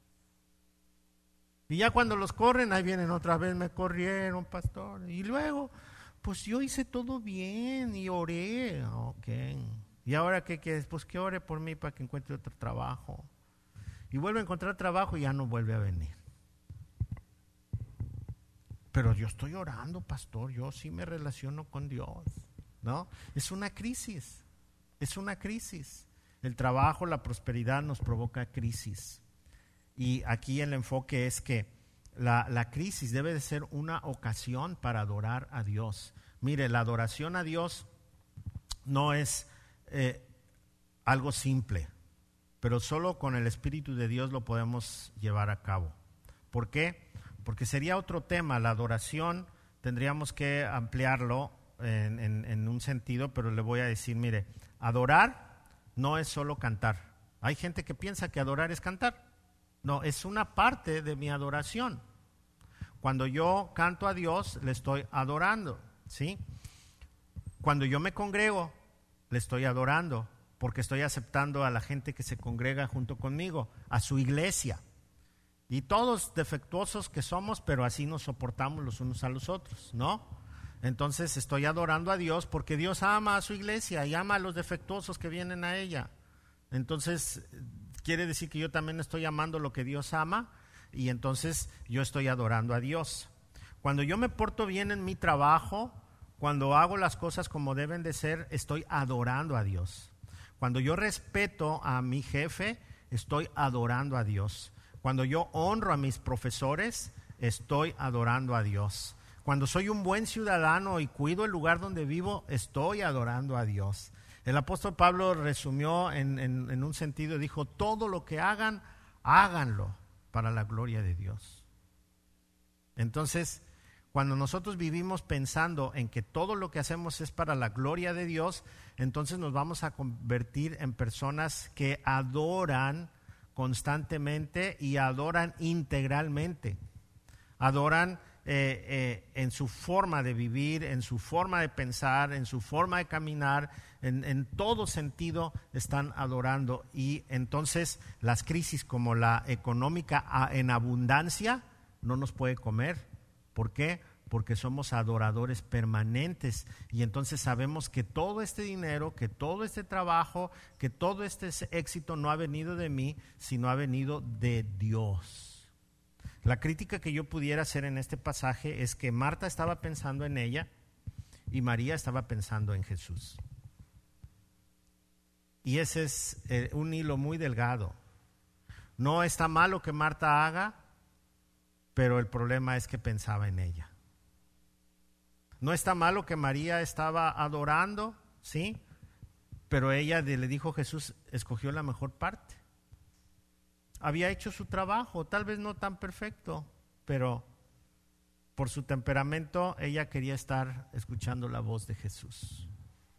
Y ya cuando los corren, ahí vienen otra vez, me corrieron, pastor. Y luego, pues yo hice todo bien y oré. Ok. ¿Y ahora qué quieres? Pues que ore por mí para que encuentre otro trabajo. y vuelve a encontrar trabajo y ya no vuelve a venir. Pero yo estoy orando, pastor, yo sí me relaciono con Dios, ¿no? Es una crisis, es una crisis. El trabajo, la prosperidad nos provoca crisis. Y aquí el enfoque es que la, la crisis debe de ser una ocasión para adorar a Dios. Mire, la adoración a Dios no es eh, algo simple, pero solo con el Espíritu de Dios lo podemos llevar a cabo. ¿Por qué? Porque sería otro tema. La adoración tendríamos que ampliarlo en, en, en un sentido, pero le voy a decir, mire, adorar no es solo cantar. Hay gente que piensa que adorar es cantar. No, es una parte de mi adoración. Cuando yo canto a Dios, le estoy adorando, ¿sí? Cuando yo me congrego, le estoy adorando, porque estoy aceptando a la gente que se congrega junto conmigo, a su iglesia. Y todos defectuosos que somos, pero así nos soportamos los unos a los otros, ¿no? Entonces estoy adorando a Dios porque Dios ama a su iglesia y ama a los defectuosos que vienen a ella. Entonces quiere decir que yo también estoy amando lo que Dios ama y entonces yo estoy adorando a Dios. Cuando yo me porto bien en mi trabajo, cuando hago las cosas como deben de ser, estoy adorando a Dios. Cuando yo respeto a mi jefe, estoy adorando a Dios. Cuando yo honro a mis profesores, estoy adorando a Dios. Cuando soy un buen ciudadano y cuido el lugar donde vivo, estoy adorando a Dios. El apóstol Pablo resumió en, en, en un sentido, dijo, todo lo que hagan, háganlo para la gloria de Dios. Entonces, cuando nosotros vivimos pensando en que todo lo que hacemos es para la gloria de Dios, entonces nos vamos a convertir en personas que adoran constantemente y adoran integralmente. Adoran eh, eh, en su forma de vivir, en su forma de pensar, en su forma de caminar, en, en todo sentido están adorando. Y entonces las crisis como la económica en abundancia no nos puede comer. ¿Por qué? Porque somos adoradores permanentes y entonces sabemos que todo este dinero, que todo este trabajo, que todo este éxito no ha venido de mí, sino ha venido de Dios. La crítica que yo pudiera hacer en este pasaje es que Marta estaba pensando en ella y María estaba pensando en Jesús. Y ese es eh, un hilo muy delgado. No está mal lo que Marta haga, pero el problema es que pensaba en ella. No está malo que María estaba adorando, ¿sí? Pero ella le dijo a Jesús, escogió la mejor parte. Había hecho su trabajo, tal vez no tan perfecto, pero por su temperamento ella quería estar escuchando la voz de Jesús.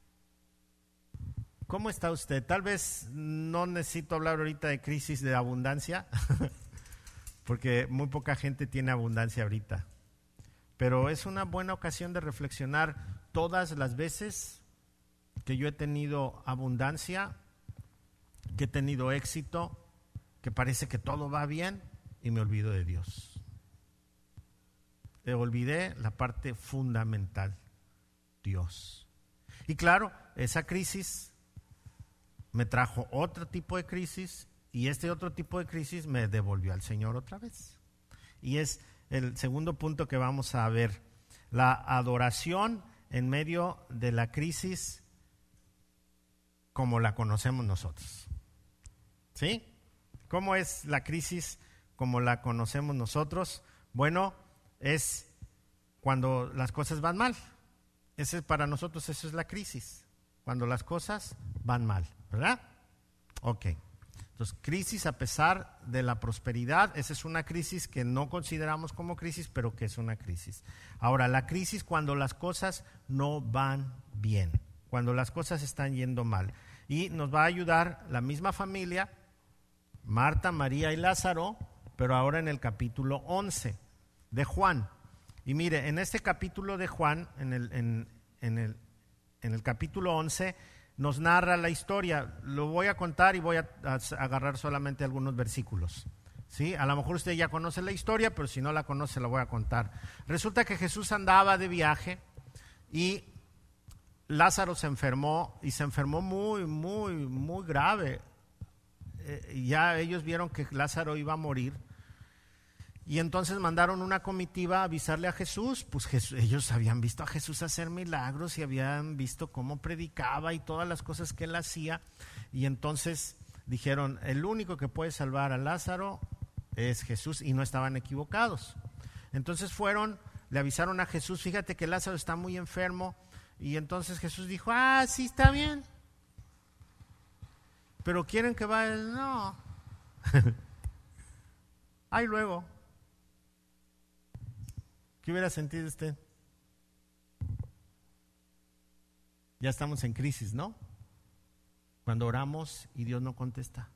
¿Cómo está usted? Tal vez no necesito hablar ahorita de crisis de abundancia, porque muy poca gente tiene abundancia ahorita. Pero es una buena ocasión de reflexionar todas las veces que yo he tenido abundancia, que he tenido éxito, que parece que todo va bien y me olvido de Dios. Me olvidé la parte fundamental, Dios. Y claro, esa crisis me trajo otro tipo de crisis y este otro tipo de crisis me devolvió al Señor otra vez. Y es el segundo punto que vamos a ver, la adoración en medio de la crisis como la conocemos nosotros. ¿Sí? ¿Cómo es la crisis como la conocemos nosotros? Bueno, es cuando las cosas van mal. Ese, para nosotros eso es la crisis, cuando las cosas van mal, ¿verdad? Ok. Entonces, crisis a pesar de la prosperidad, esa es una crisis que no consideramos como crisis, pero que es una crisis. Ahora, la crisis cuando las cosas no van bien, cuando las cosas están yendo mal. Y nos va a ayudar la misma familia, Marta, María y Lázaro, pero ahora en el capítulo once de Juan. Y mire, en este capítulo de Juan, en el, en, en el, en el capítulo once, nos narra la historia. Lo voy a contar y voy a, a agarrar solamente algunos versículos. ¿Sí? A lo mejor usted ya conoce la historia, pero si no la conoce la voy a contar. Resulta que Jesús andaba de viaje y Lázaro se enfermó y se enfermó muy, muy, muy grave. eh, ya ellos vieron que Lázaro iba a morir. Y entonces mandaron una comitiva a avisarle a Jesús. Pues Jesús, ellos habían visto a Jesús hacer milagros y habían visto cómo predicaba y todas las cosas que él hacía. Y entonces dijeron, el único que puede salvar a Lázaro es Jesús, y no estaban equivocados. Entonces fueron, le avisaron a Jesús, fíjate que Lázaro está muy enfermo. Y entonces Jesús dijo, ah, sí, está bien. Pero quieren que vaya, no. Ahí luego. ¿Qué hubiera sentido usted? Ya estamos en crisis, ¿no? Cuando oramos y Dios no contesta.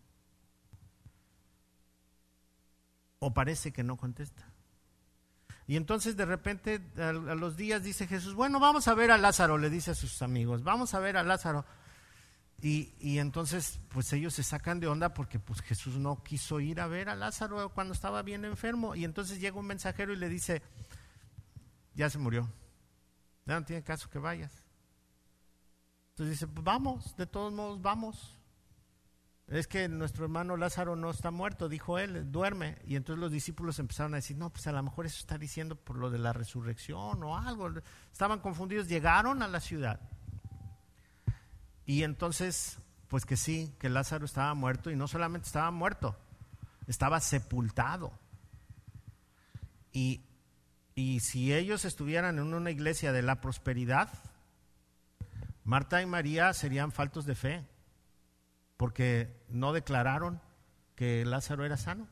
O parece que no contesta. Y entonces de repente a, a los días dice Jesús, bueno, vamos a ver a Lázaro, le dice a sus amigos, vamos a ver a Lázaro. Y, y entonces pues ellos se sacan de onda porque pues Jesús no quiso ir a ver a Lázaro cuando estaba bien enfermo. Y entonces llega un mensajero y le dice, ya se murió, ya no tiene caso que vayas. Entonces dice, pues vamos, de todos modos vamos. Es que nuestro hermano Lázaro no está muerto, dijo él, duerme. Y entonces los discípulos empezaron a decir, no, pues a lo mejor eso está diciendo por lo de la resurrección o algo. Estaban confundidos, llegaron a la ciudad. Y entonces, pues que sí, que Lázaro estaba muerto, y no solamente estaba muerto, estaba sepultado. Y Y si ellos estuvieran en una iglesia de la prosperidad, Marta y María serían faltos de fe, porque no declararon que Lázaro era sano.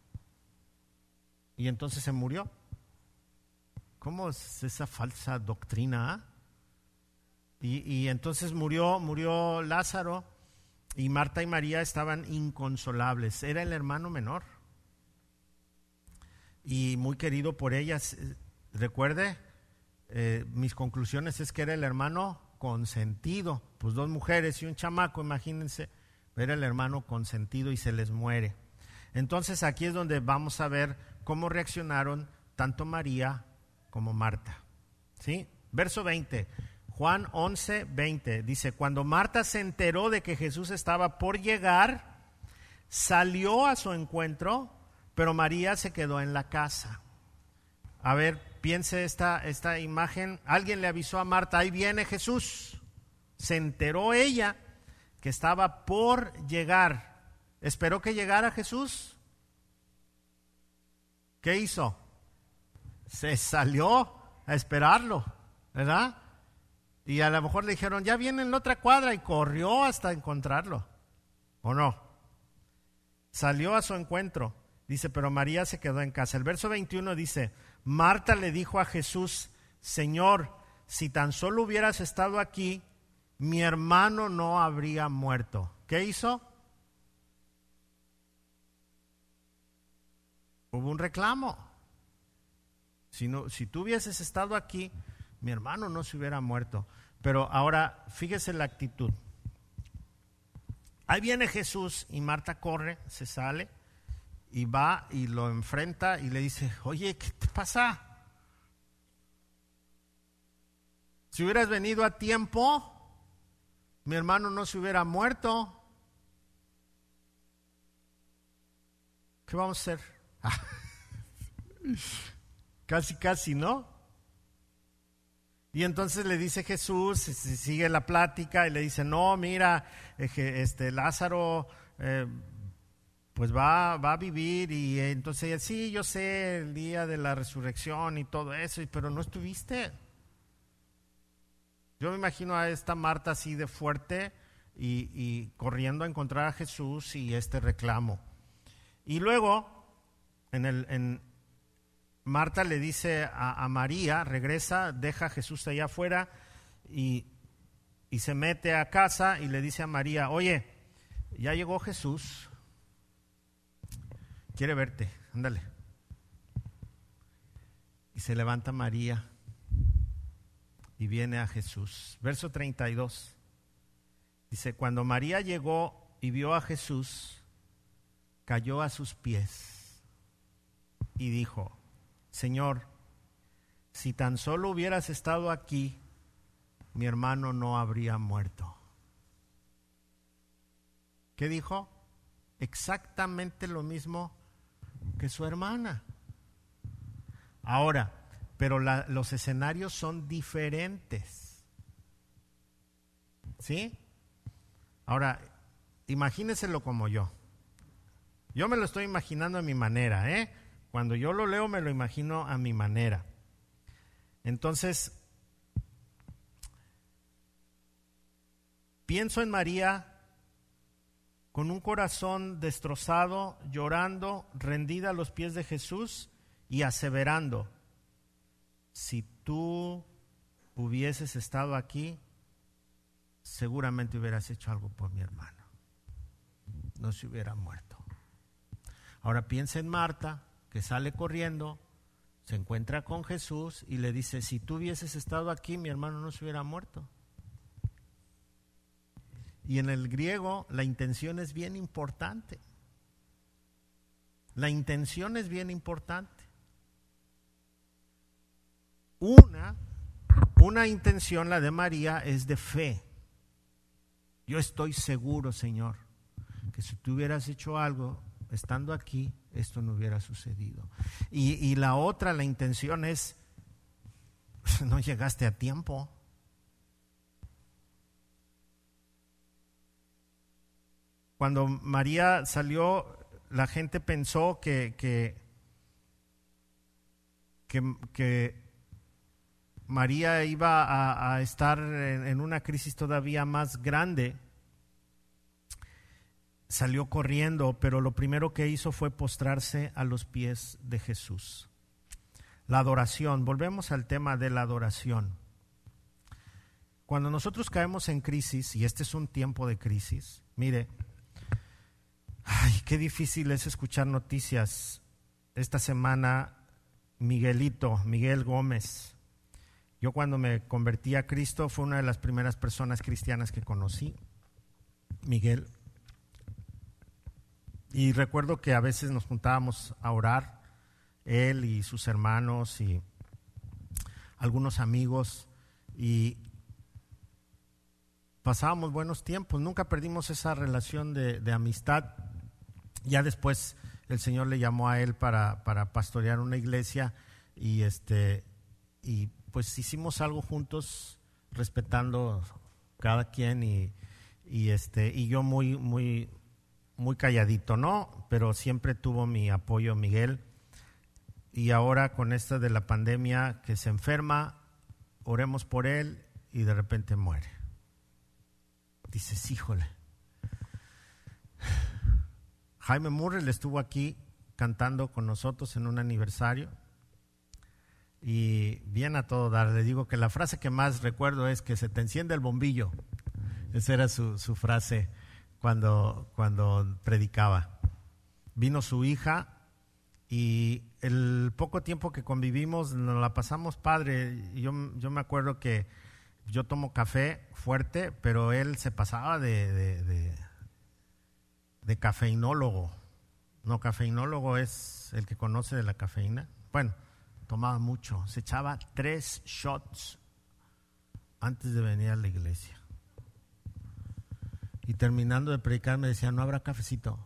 Y entonces se murió. ¿Cómo es esa falsa doctrina? ¿Ah? Y, y entonces murió, murió Lázaro, y Marta y María estaban inconsolables. Era el hermano menor. Y muy querido por ellas. Recuerde, eh, mis conclusiones es que era el hermano consentido. Pues dos mujeres y un chamaco, imagínense, era el hermano consentido y se les muere. Entonces aquí es donde vamos a ver cómo reaccionaron tanto María como Marta. ¿Sí? Verso veinte, Juan once, veinte, dice, cuando Marta se enteró de que Jesús estaba por llegar, salió a su encuentro, pero María se quedó en la casa. A ver, piense esta, esta imagen. Alguien le avisó a Marta, ahí viene Jesús. Se enteró ella que estaba por llegar. ¿Esperó que llegara Jesús? ¿Qué hizo? Se salió a esperarlo, ¿verdad? Y a lo mejor le dijeron, ya viene en la otra cuadra, y corrió hasta encontrarlo. ¿O no? Salió a su encuentro. Dice, pero María se quedó en casa. El verso veintiuno dice, Marta le dijo a Jesús, Señor, si tan solo hubieras estado aquí, mi hermano no habría muerto. ¿Qué hizo? Hubo un reclamo. Si, no, si tú hubieses estado aquí, mi hermano no se hubiera muerto. Pero ahora, fíjese la actitud. Ahí viene Jesús y Marta corre, se sale. Y va y lo enfrenta y le dice, oye, ¿qué te pasa? Si hubieras venido a tiempo, mi hermano no se hubiera muerto. ¿Qué vamos a hacer? Casi, casi, ¿no? Y entonces le dice Jesús, sigue la plática y le dice, no, mira, este Lázaro... Eh, pues va, va a vivir. Y entonces ella, sí, yo sé el día de la resurrección y todo eso, pero no estuviste. Yo me imagino a esta Marta así de fuerte y, y corriendo a encontrar a Jesús y este reclamo. Y luego en el, en, Marta le dice a, a María, regresa, deja a Jesús allá afuera y, y se mete a casa y le dice a María, oye, ya llegó Jesús, quiere verte, ándale. Y se levanta María y viene a Jesús. Verso treinta y dos. Dice, cuando María llegó y vio a Jesús, cayó a sus pies y dijo, Señor, si tan solo hubieras estado aquí, mi hermano no habría muerto. ¿Qué dijo? exactamente lo mismo que su hermana. Ahora, pero la, los escenarios son diferentes. ¿Sí? Ahora, imagínenselo como yo. Yo me lo estoy imaginando a mi manera, ¿eh? Cuando yo lo leo me lo imagino a mi manera. Entonces, pienso en María con un corazón destrozado, llorando, rendida a los pies de Jesús y aseverando: si tú hubieses estado aquí, seguramente hubieras hecho algo por mi hermano, no se hubiera muerto. Ahora piensa en Marta, que sale corriendo, se encuentra con Jesús y le dice: si tú hubieses estado aquí, mi hermano no se hubiera muerto. Y en el griego la intención es bien importante. La intención es bien importante. Una, una intención, la de María, es de fe. Yo estoy seguro, Señor, que si tú hubieras hecho algo estando aquí, esto no hubiera sucedido. Y, y la otra, la intención es: no llegaste a tiempo. Cuando María salió, la gente pensó que, que, que, que María iba a, a estar en, en una crisis todavía más grande. Salió corriendo, pero lo primero que hizo fue postrarse a los pies de Jesús. La adoración, volvemos al tema de la adoración. Cuando nosotros caemos en crisis, y este es un tiempo de crisis, mire, ay, qué difícil es escuchar noticias. Esta semana, Miguelito, Miguel Gómez, yo cuando me convertí a Cristo fue una de las primeras personas cristianas que conocí, Miguel. Y recuerdo que a veces nos juntábamos a orar, él y sus hermanos y algunos amigos, y pasábamos buenos tiempos, nunca perdimos esa relación de, de amistad. Ya después el Señor le llamó a él para, para pastorear una iglesia y, este, y pues hicimos algo juntos, respetando cada quien y, y, este, y yo muy, muy... muy calladito, ¿no? Pero siempre tuvo mi apoyo Miguel. Y ahora con esta de la pandemia, que se enferma, oremos por él y de repente muere. Dices: híjole. Jaime Murrell estuvo aquí cantando con nosotros en un aniversario y bien a todo dar. Le digo que la frase que más recuerdo es: que se te enciende el bombillo. Esa era su, su frase Cuando, cuando predicaba. Vino su hija y el poco tiempo que convivimos nos la pasamos padre. Yo, yo me acuerdo que yo tomo café fuerte, pero él se pasaba de, de, de, de cafeinólogo. No, cafeinólogo es el que conoce de la cafeína. Bueno, tomaba mucho. Se echaba tres shots antes de venir a la iglesia. Y terminando de predicar me decía: ¿no habrá cafecito?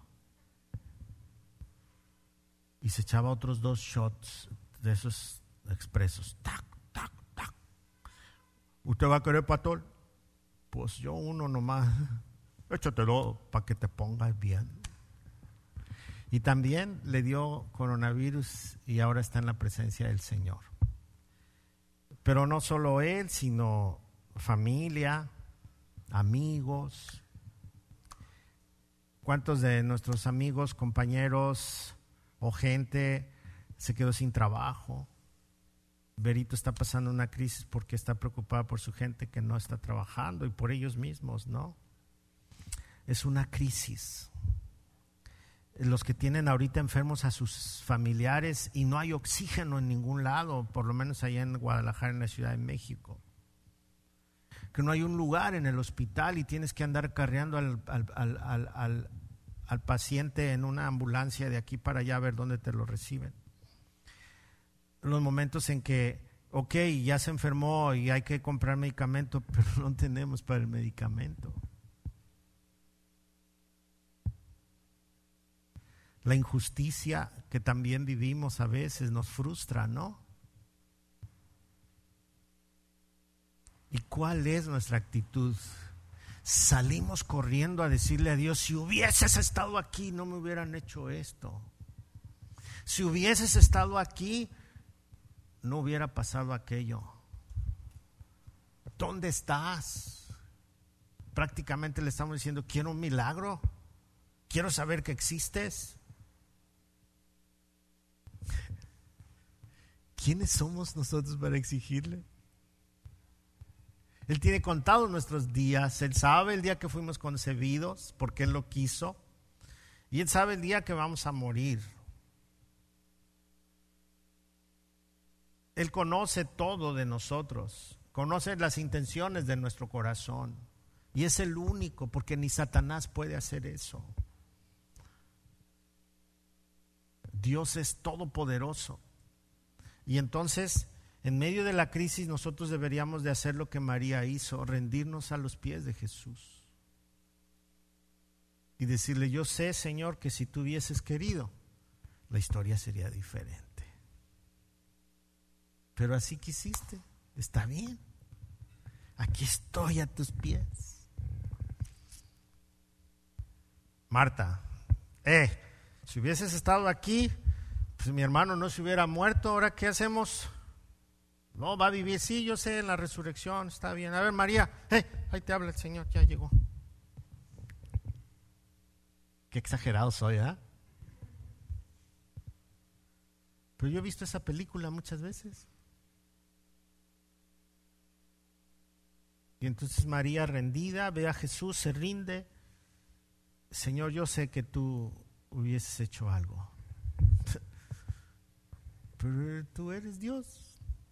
Y se echaba otros dos shots de esos expresos. Tac, tac, tac. ¿Usted va a querer, pastor? Pues yo uno nomás. Échatelo para que te pongas bien. Y también le dio coronavirus y ahora está en la presencia del Señor. Pero no solo él, sino familia, amigos. ¿Cuántos de nuestros amigos, compañeros o gente se quedó sin trabajo? Berito está pasando una crisis porque está preocupada por su gente que no está trabajando y por ellos mismos, ¿no? Es una crisis. Los que tienen ahorita enfermos a sus familiares y no hay oxígeno en ningún lado, por lo menos allá en Guadalajara, en la Ciudad de México. Que no hay un lugar en el hospital y tienes que andar carreando al, al, al, al, al, al paciente en una ambulancia de aquí para allá a ver dónde te lo reciben. Los momentos en que, ok, ya se enfermó y hay que comprar medicamento, pero no tenemos para el medicamento. La injusticia que también vivimos a veces nos frustra, ¿no? ¿Y cuál es nuestra actitud? Salimos corriendo a decirle a Dios: si hubieses estado aquí, no me hubieran hecho esto. Si hubieses estado aquí, no hubiera pasado aquello. ¿Dónde estás? Prácticamente le estamos diciendo: quiero un milagro, quiero saber que existes. ¿Quiénes somos nosotros para exigirle? Él tiene contados nuestros días. Él sabe el día que fuimos concebidos, porque Él lo quiso. Y Él sabe el día que vamos a morir. Él conoce todo de nosotros. Conoce las intenciones de nuestro corazón. Y es el único, porque ni Satanás puede hacer eso. Dios es todopoderoso. Y entonces, en medio de la crisis, nosotros deberíamos de hacer lo que María hizo: rendirnos a los pies de Jesús y decirle: yo sé, Señor, que si tú hubieses querido, la historia sería diferente, pero así quisiste. Está bien, aquí estoy a tus pies. Marta: eh, si hubieses estado aquí, pues mi hermano no se hubiera muerto. ¿Ahora qué hacemos? No, va a vivir. Sí, yo sé, en la resurrección, está bien. A ver, María, eh, ahí te habla el Señor, ya llegó. Qué exagerado soy, ¿eh? Pero yo he visto esa película muchas veces. Y entonces María, rendida, ve a Jesús, se rinde. Señor, yo sé que tú hubieses hecho algo, pero tú eres Dios.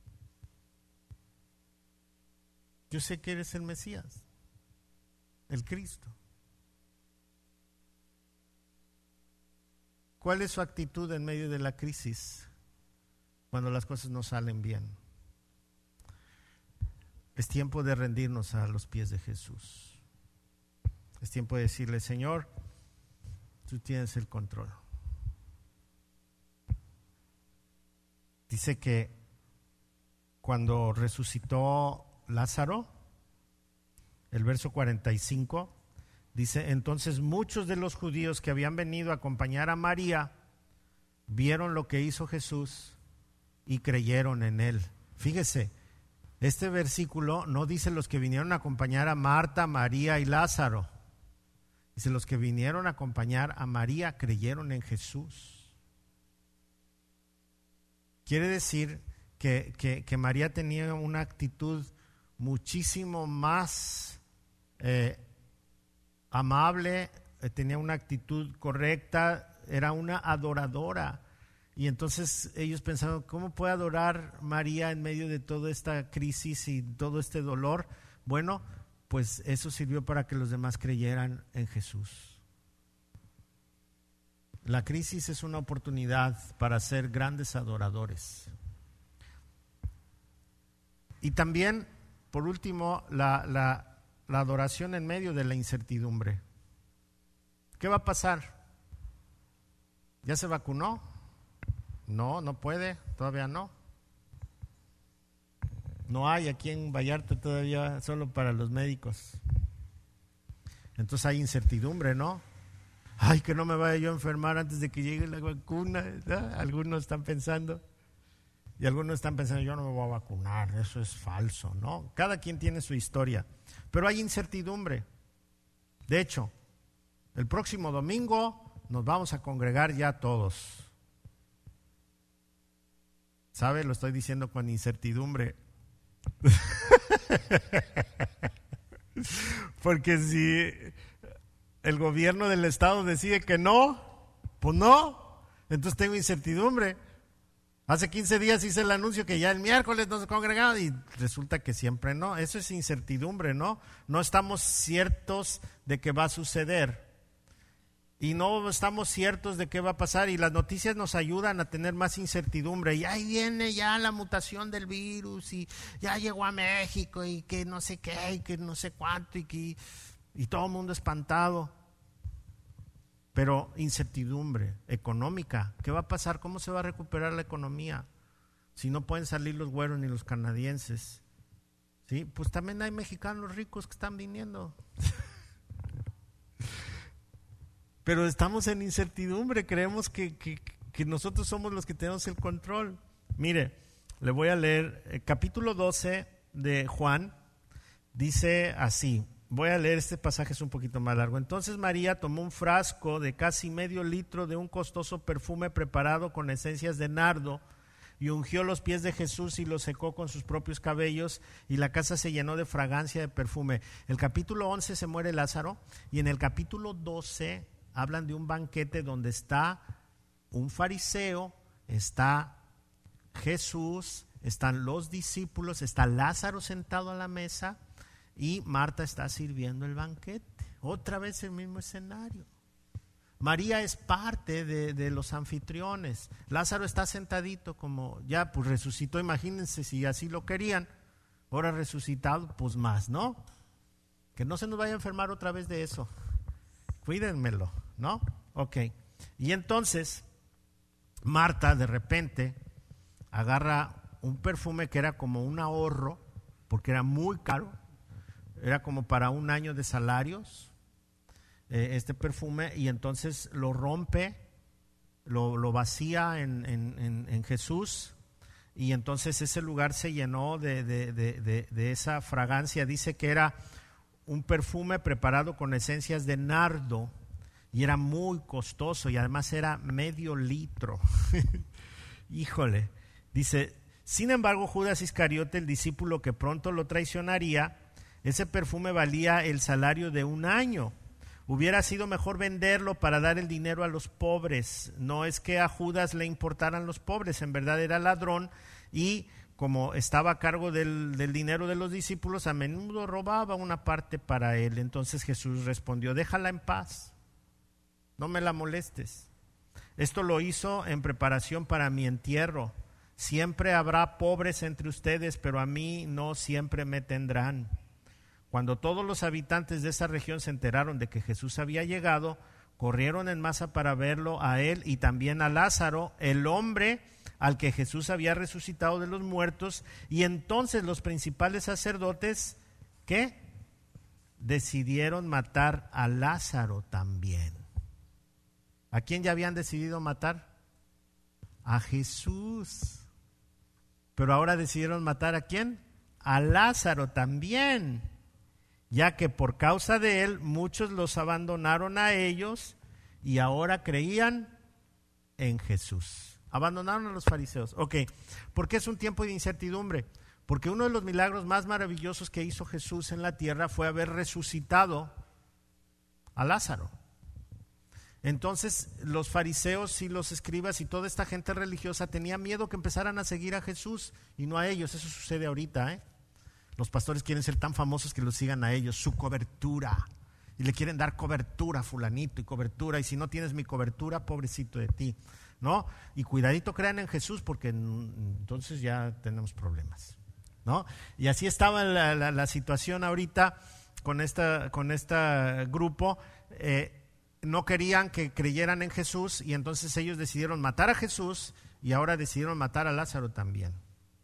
Yo sé que eres el Mesías, el Cristo. ¿Cuál es su actitud en medio de la crisis cuando las cosas no salen bien? Es tiempo de rendirnos a los pies de Jesús. Es tiempo de decirle: Señor, tú tienes el control. Dice que cuando resucitó Lázaro, el verso cuarenta y cinco, dice: entonces muchos de los judíos que habían venido a acompañar a María vieron lo que hizo Jesús y creyeron en Él. Fíjese, este versículo no dice los que vinieron a acompañar a Marta, María y Lázaro. Dice: los que vinieron a acompañar a María creyeron en Jesús. Quiere decir que, que, que María tenía una actitud muchísimo más eh, amable, eh, tenía una actitud correcta, era una adoradora. Y entonces ellos pensaron: ¿cómo puede adorar María en medio de toda esta crisis y todo este dolor? Bueno, pues eso sirvió para que los demás creyeran en Jesús. La crisis es una oportunidad para ser grandes adoradores. Y también, por último, la, la, la adoración en medio de la incertidumbre. ¿Qué va a pasar? ¿Ya se vacunó? No, no puede, todavía no. No hay aquí en Vallarta todavía, solo para los médicos. Entonces hay incertidumbre, ¿no? Ay, que no me vaya yo a enfermar antes de que llegue la vacuna, ¿verdad? Algunos están pensando. Y algunos están pensando: yo no me voy a vacunar, eso es falso, ¿no? Cada quien tiene su historia, pero hay incertidumbre. De hecho, el próximo domingo nos vamos a congregar ya todos. ¿Sabe? Lo estoy diciendo con incertidumbre. Porque si el gobierno del estado decide que no, pues no, entonces tengo incertidumbre. Hace quince días hice el anuncio que ya el miércoles nos congregamos y resulta que siempre no. Eso es incertidumbre, ¿no? No estamos ciertos de que va a suceder y no estamos ciertos de qué va a pasar, y las noticias nos ayudan a tener más incertidumbre. Y ahí viene ya la mutación del virus y ya llegó a México y que no sé qué y que no sé cuánto y que y todo el mundo espantado. pero incertidumbre económica. ¿Qué va a pasar? ¿Cómo se va a recuperar la economía si no pueden salir los güeros ni los canadienses? ¿Sí? Pues también hay mexicanos ricos que están viniendo. Pero estamos en incertidumbre, creemos que, que, que nosotros somos los que tenemos el control. Mire, le voy a leer el capítulo doce de Juan, dice así, voy a leer este pasaje, es un poquito más largo. Entonces María tomó un frasco de casi medio litro de un costoso perfume preparado con esencias de nardo y ungió los pies de Jesús y los secó con sus propios cabellos, y la casa se llenó de fragancia de perfume. El capítulo once se muere Lázaro, y en el capítulo doce hablan de un banquete donde está un fariseo, está Jesús, están los discípulos, está Lázaro sentado a la mesa y Marta está sirviendo el banquete. Otra vez el mismo escenario. María es parte de, de los anfitriones. Lázaro está sentadito, como ya pues resucitó, imagínense si así lo querían, ahora resucitado, pues más, ¿no? Que no se nos vaya a enfermar otra vez de eso. Cuídenmelo, ¿no? Ok. Y entonces Marta de repente agarra un perfume que era como un ahorro, porque era muy caro, era como para un año de salarios, eh, este perfume, y entonces lo rompe, lo, lo vacía en, en, en, en Jesús, y entonces ese lugar se llenó de, de, de, de, de esa fragancia. Dice que era un perfume preparado con esencias de nardo, y era muy costoso, y además era medio litro. Híjole. Dice, sin embargo, Judas Iscariote, el discípulo que pronto lo traicionaría, ese perfume valía el salario de un año. Hubiera sido mejor venderlo para dar el dinero a los pobres. No es que a Judas le importaran los pobres, en verdad era ladrón, y como estaba a cargo del, del dinero de los discípulos, a menudo robaba una parte para él. Entonces Jesús respondió, déjala en paz, no me la molestes. Esto lo hizo en preparación para mi entierro. Siempre habrá pobres entre ustedes, pero a mí no siempre me tendrán. Cuando todos los habitantes de esa región se enteraron de que Jesús había llegado, corrieron en masa para verlo a él y también a Lázaro, el hombre al que Jesús había resucitado de los muertos. Y entonces los principales sacerdotes, ¿qué? Decidieron matar a Lázaro también. ¿A quién ya habían decidido matar? A Jesús. Pero ahora decidieron matar ¿a quién? A Lázaro también, ya que por causa de él muchos los abandonaron a ellos y ahora creían en Jesús. Abandonaron a los fariseos. Ok, ¿por qué es un tiempo de incertidumbre? Porque uno de los milagros más maravillosos que hizo Jesús en la tierra fue haber resucitado a Lázaro. Entonces los fariseos y los escribas y toda esta gente religiosa tenía miedo que empezaran a seguir a Jesús y no a ellos. Eso sucede ahorita, ¿eh? Los pastores quieren ser tan famosos que los sigan a ellos, su cobertura, y le quieren dar cobertura a fulanito y cobertura, y si no tienes mi cobertura, pobrecito de ti, ¿no? Y cuidadito, crean en Jesús, porque entonces ya tenemos problemas, ¿no? Y así estaba la, la, la situación ahorita con esta, con este grupo. eh, No querían que creyeran en Jesús, y entonces ellos decidieron matar a Jesús y ahora decidieron matar a Lázaro también.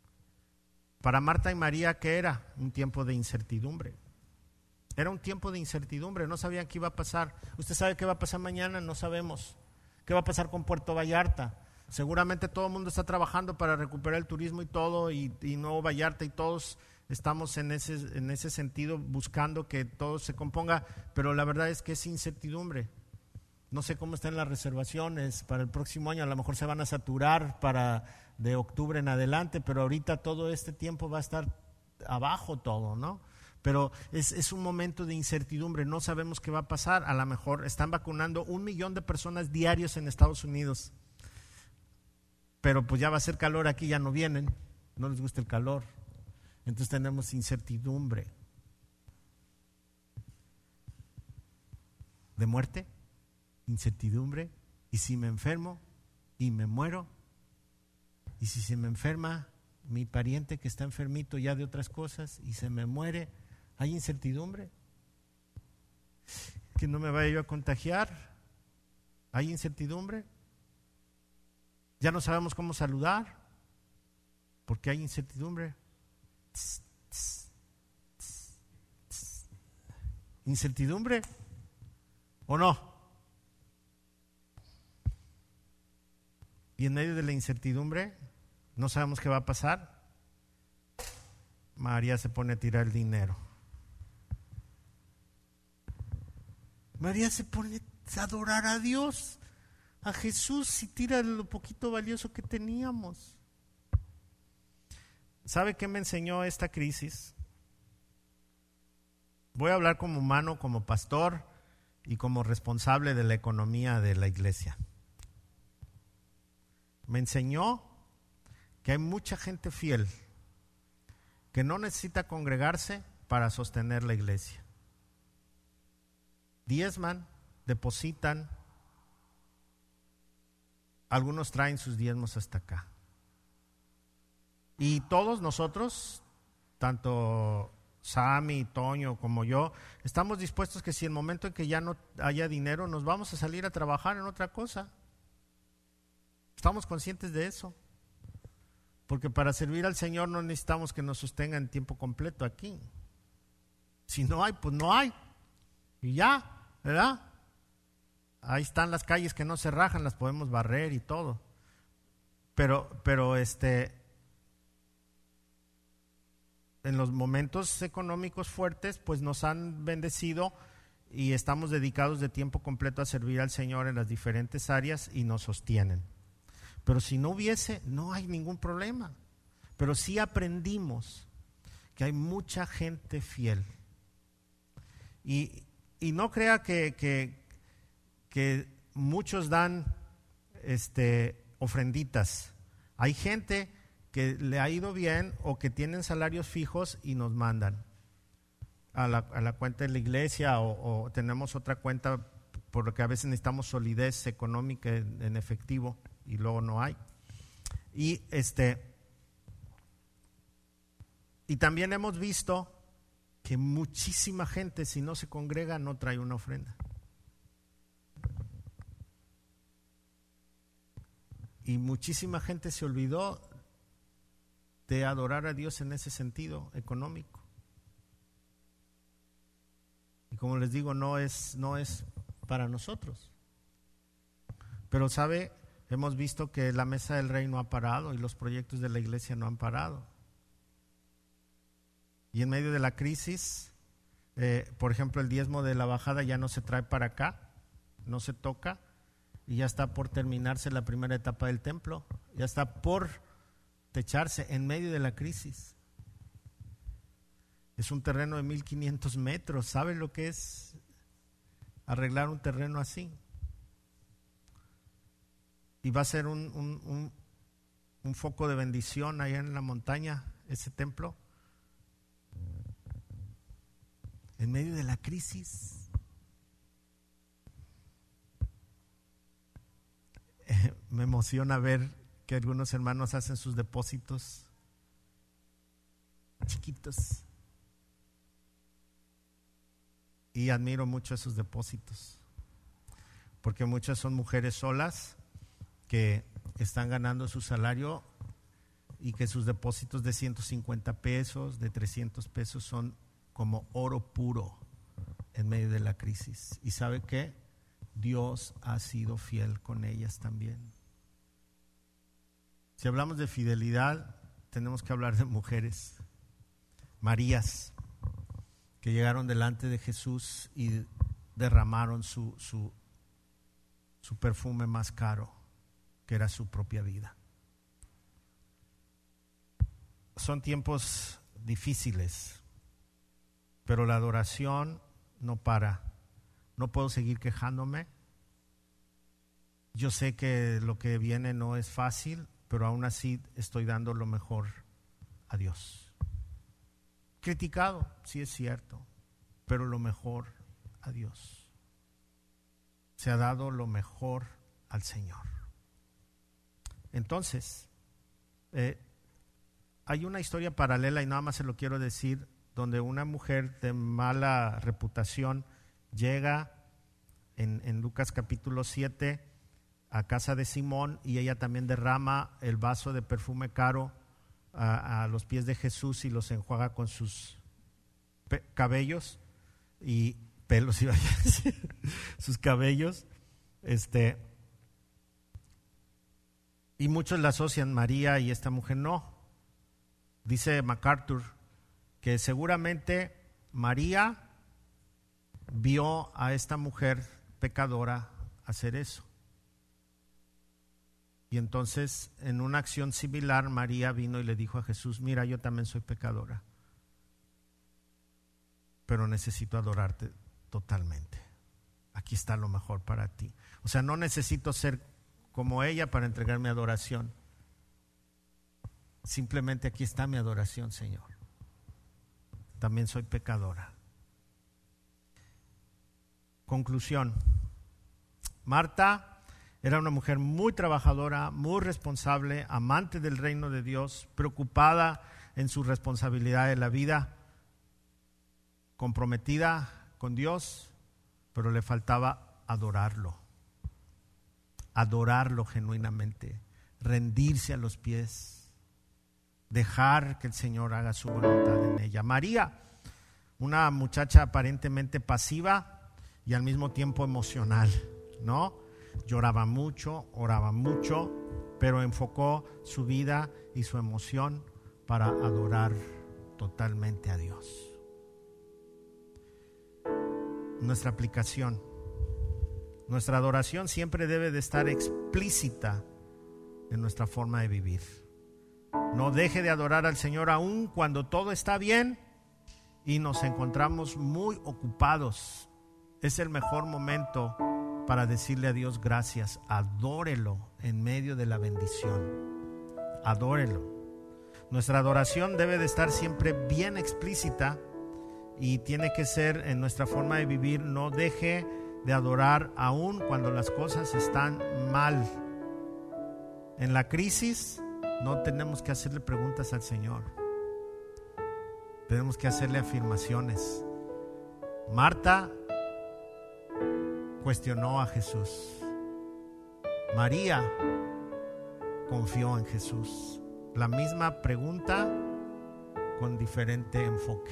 Para Marta y María, ¿qué era? Un tiempo de incertidumbre. Era un tiempo de incertidumbre, no sabían qué iba a pasar. ¿Usted sabe qué va a pasar mañana? No sabemos. ¿Qué va a pasar con Puerto Vallarta? Seguramente todo el mundo está trabajando para recuperar el turismo y todo, y, y Nuevo Vallarta, y todos estamos en ese, en ese sentido buscando que todo se componga, pero la verdad es que es incertidumbre. No sé cómo están las reservaciones para el próximo año, a lo mejor se van a saturar para de octubre en adelante, pero ahorita todo este tiempo va a estar abajo todo, ¿no? Pero es, es un momento de incertidumbre, no sabemos qué va a pasar. A lo mejor están vacunando un millón de personas diarios en Estados Unidos, pero pues ya va a ser calor aquí, ya no vienen, no les gusta el calor, entonces tenemos incertidumbre de muerte, incertidumbre, y si me enfermo y me muero, y si se me enferma mi pariente que está enfermito ya de otras cosas y se me muere, hay incertidumbre, que no me vaya yo a contagiar, ¿Hay incertidumbre? Ya no sabemos cómo saludar porque hay incertidumbre. Tss, tss, tss, tss. ¿Incertidumbre o no? Y en medio de la incertidumbre, no sabemos qué va a pasar. María se pone a tirar el dinero. María se pone a adorar a Dios, a Jesús, y tira lo poquito valioso que teníamos. ¿Sabe qué me enseñó esta crisis? Voy a hablar como humano, como pastor y como responsable de la economía de la iglesia. Me enseñó que hay mucha gente fiel que no necesita congregarse para sostener la iglesia. Diezman, depositan, algunos traen sus diezmos hasta acá. Y todos nosotros, tanto Sammy, Toño como yo, estamos dispuestos que si en el momento en que ya no haya dinero, nos vamos a salir a trabajar en otra cosa. Estamos conscientes de eso. Porque para servir al Señor no necesitamos que nos sostenga en tiempo completo aquí. Si no hay, pues no hay. Y ya, ¿verdad? Ahí están las calles que no se rajan, las podemos barrer y todo. Pero, pero este, en los momentos económicos fuertes, pues nos han bendecido y estamos dedicados de tiempo completo a servir al Señor en las diferentes áreas y nos sostienen. Pero si no hubiese, no hay ningún problema. Pero sí aprendimos que hay mucha gente fiel. Y, y no crea que, que, que muchos dan este, ofrenditas. Hay gente que le ha ido bien o que tienen salarios fijos y nos mandan a la, a la cuenta de la iglesia o, o tenemos otra cuenta por lo que a veces necesitamos solidez económica en, en efectivo y luego no hay. Y este y también hemos visto que muchísima gente, si no se congrega, no trae una ofrenda. Y muchísima gente se olvidó de adorar a Dios en ese sentido económico. Y como les digo, no es, no es para nosotros. Pero sabe, hemos visto que la mesa del rey no ha parado y los proyectos de la iglesia no han parado. Y en medio de la crisis, eh, por ejemplo, el diezmo de la bajada ya no se trae para acá, no se toca, y ya está por terminarse la primera etapa del templo, ya está por techarse en medio de la crisis. Es un terreno de mil quinientos metros, ¿sabe lo que es arreglar un terreno así? Y va a ser un, un, un, un foco de bendición allá en la montaña, ese templo. En medio de la crisis. Eh, me emociona ver que algunos hermanos hacen sus depósitos chiquitos. Y admiro mucho esos depósitos. Porque muchas son mujeres solas que están ganando su salario y que sus depósitos de ciento cincuenta pesos, de trescientos pesos son como oro puro en medio de la crisis. ¿Y sabe qué? Dios ha sido fiel con ellas también. Si hablamos de fidelidad, tenemos que hablar de mujeres, Marías, que llegaron delante de Jesús y derramaron su, su, su perfume más caro, que era su propia vida. Son tiempos difíciles, pero la adoración no para. No puedo seguir quejándome. Yo sé que lo que viene no es fácil, pero aún así estoy dando lo mejor a Dios. Criticado, sí es cierto, pero lo mejor a Dios. Se ha dado lo mejor al Señor. Entonces, eh, hay una historia paralela y nada más se lo quiero decir, donde una mujer de mala reputación llega en, en Lucas capítulo siete a casa de Simón, y ella también derrama el vaso de perfume caro a, a los pies de Jesús y los enjuaga con sus pe- cabellos y pelos, iba a decir, sus cabellos. Este, y muchos la asocian, María y esta mujer no. Dice MacArthur que seguramente María vio a esta mujer pecadora hacer eso. Y entonces, en una acción similar, María vino y le dijo a Jesús: mira, yo también soy pecadora, pero necesito adorarte totalmente. Aquí está lo mejor para ti. O sea, no necesito ser como ella para entregar mi adoración. Simplemente aquí está mi adoración, Señor. También soy pecadora. Conclusión. Marta era una mujer muy trabajadora, muy responsable, amante del reino de Dios, preocupada en su responsabilidad de la vida, comprometida con Dios, pero le faltaba adorarlo, adorarlo genuinamente, rendirse a los pies, dejar que el Señor haga su voluntad en ella. María, una muchacha aparentemente pasiva y al mismo tiempo emocional, ¿no? Lloraba mucho, oraba mucho, pero enfocó su vida y su emoción para adorar totalmente a Dios. Nuestra aplicación. Nuestra adoración siempre debe de estar explícita en nuestra forma de vivir. No deje de adorar al Señor aun cuando todo está bien y nos encontramos muy ocupados. Es el mejor momento para decirle a Dios gracias. Adórelo en medio de la bendición. Adórelo. Nuestra adoración debe de estar siempre bien explícita y tiene que ser en nuestra forma de vivir. No deje de adorar aun cuando las cosas están mal. En la crisis no tenemos que hacerle preguntas al Señor. Tenemos que hacerle afirmaciones. Marta cuestionó a Jesús. María confió en Jesús. La misma pregunta con diferente enfoque.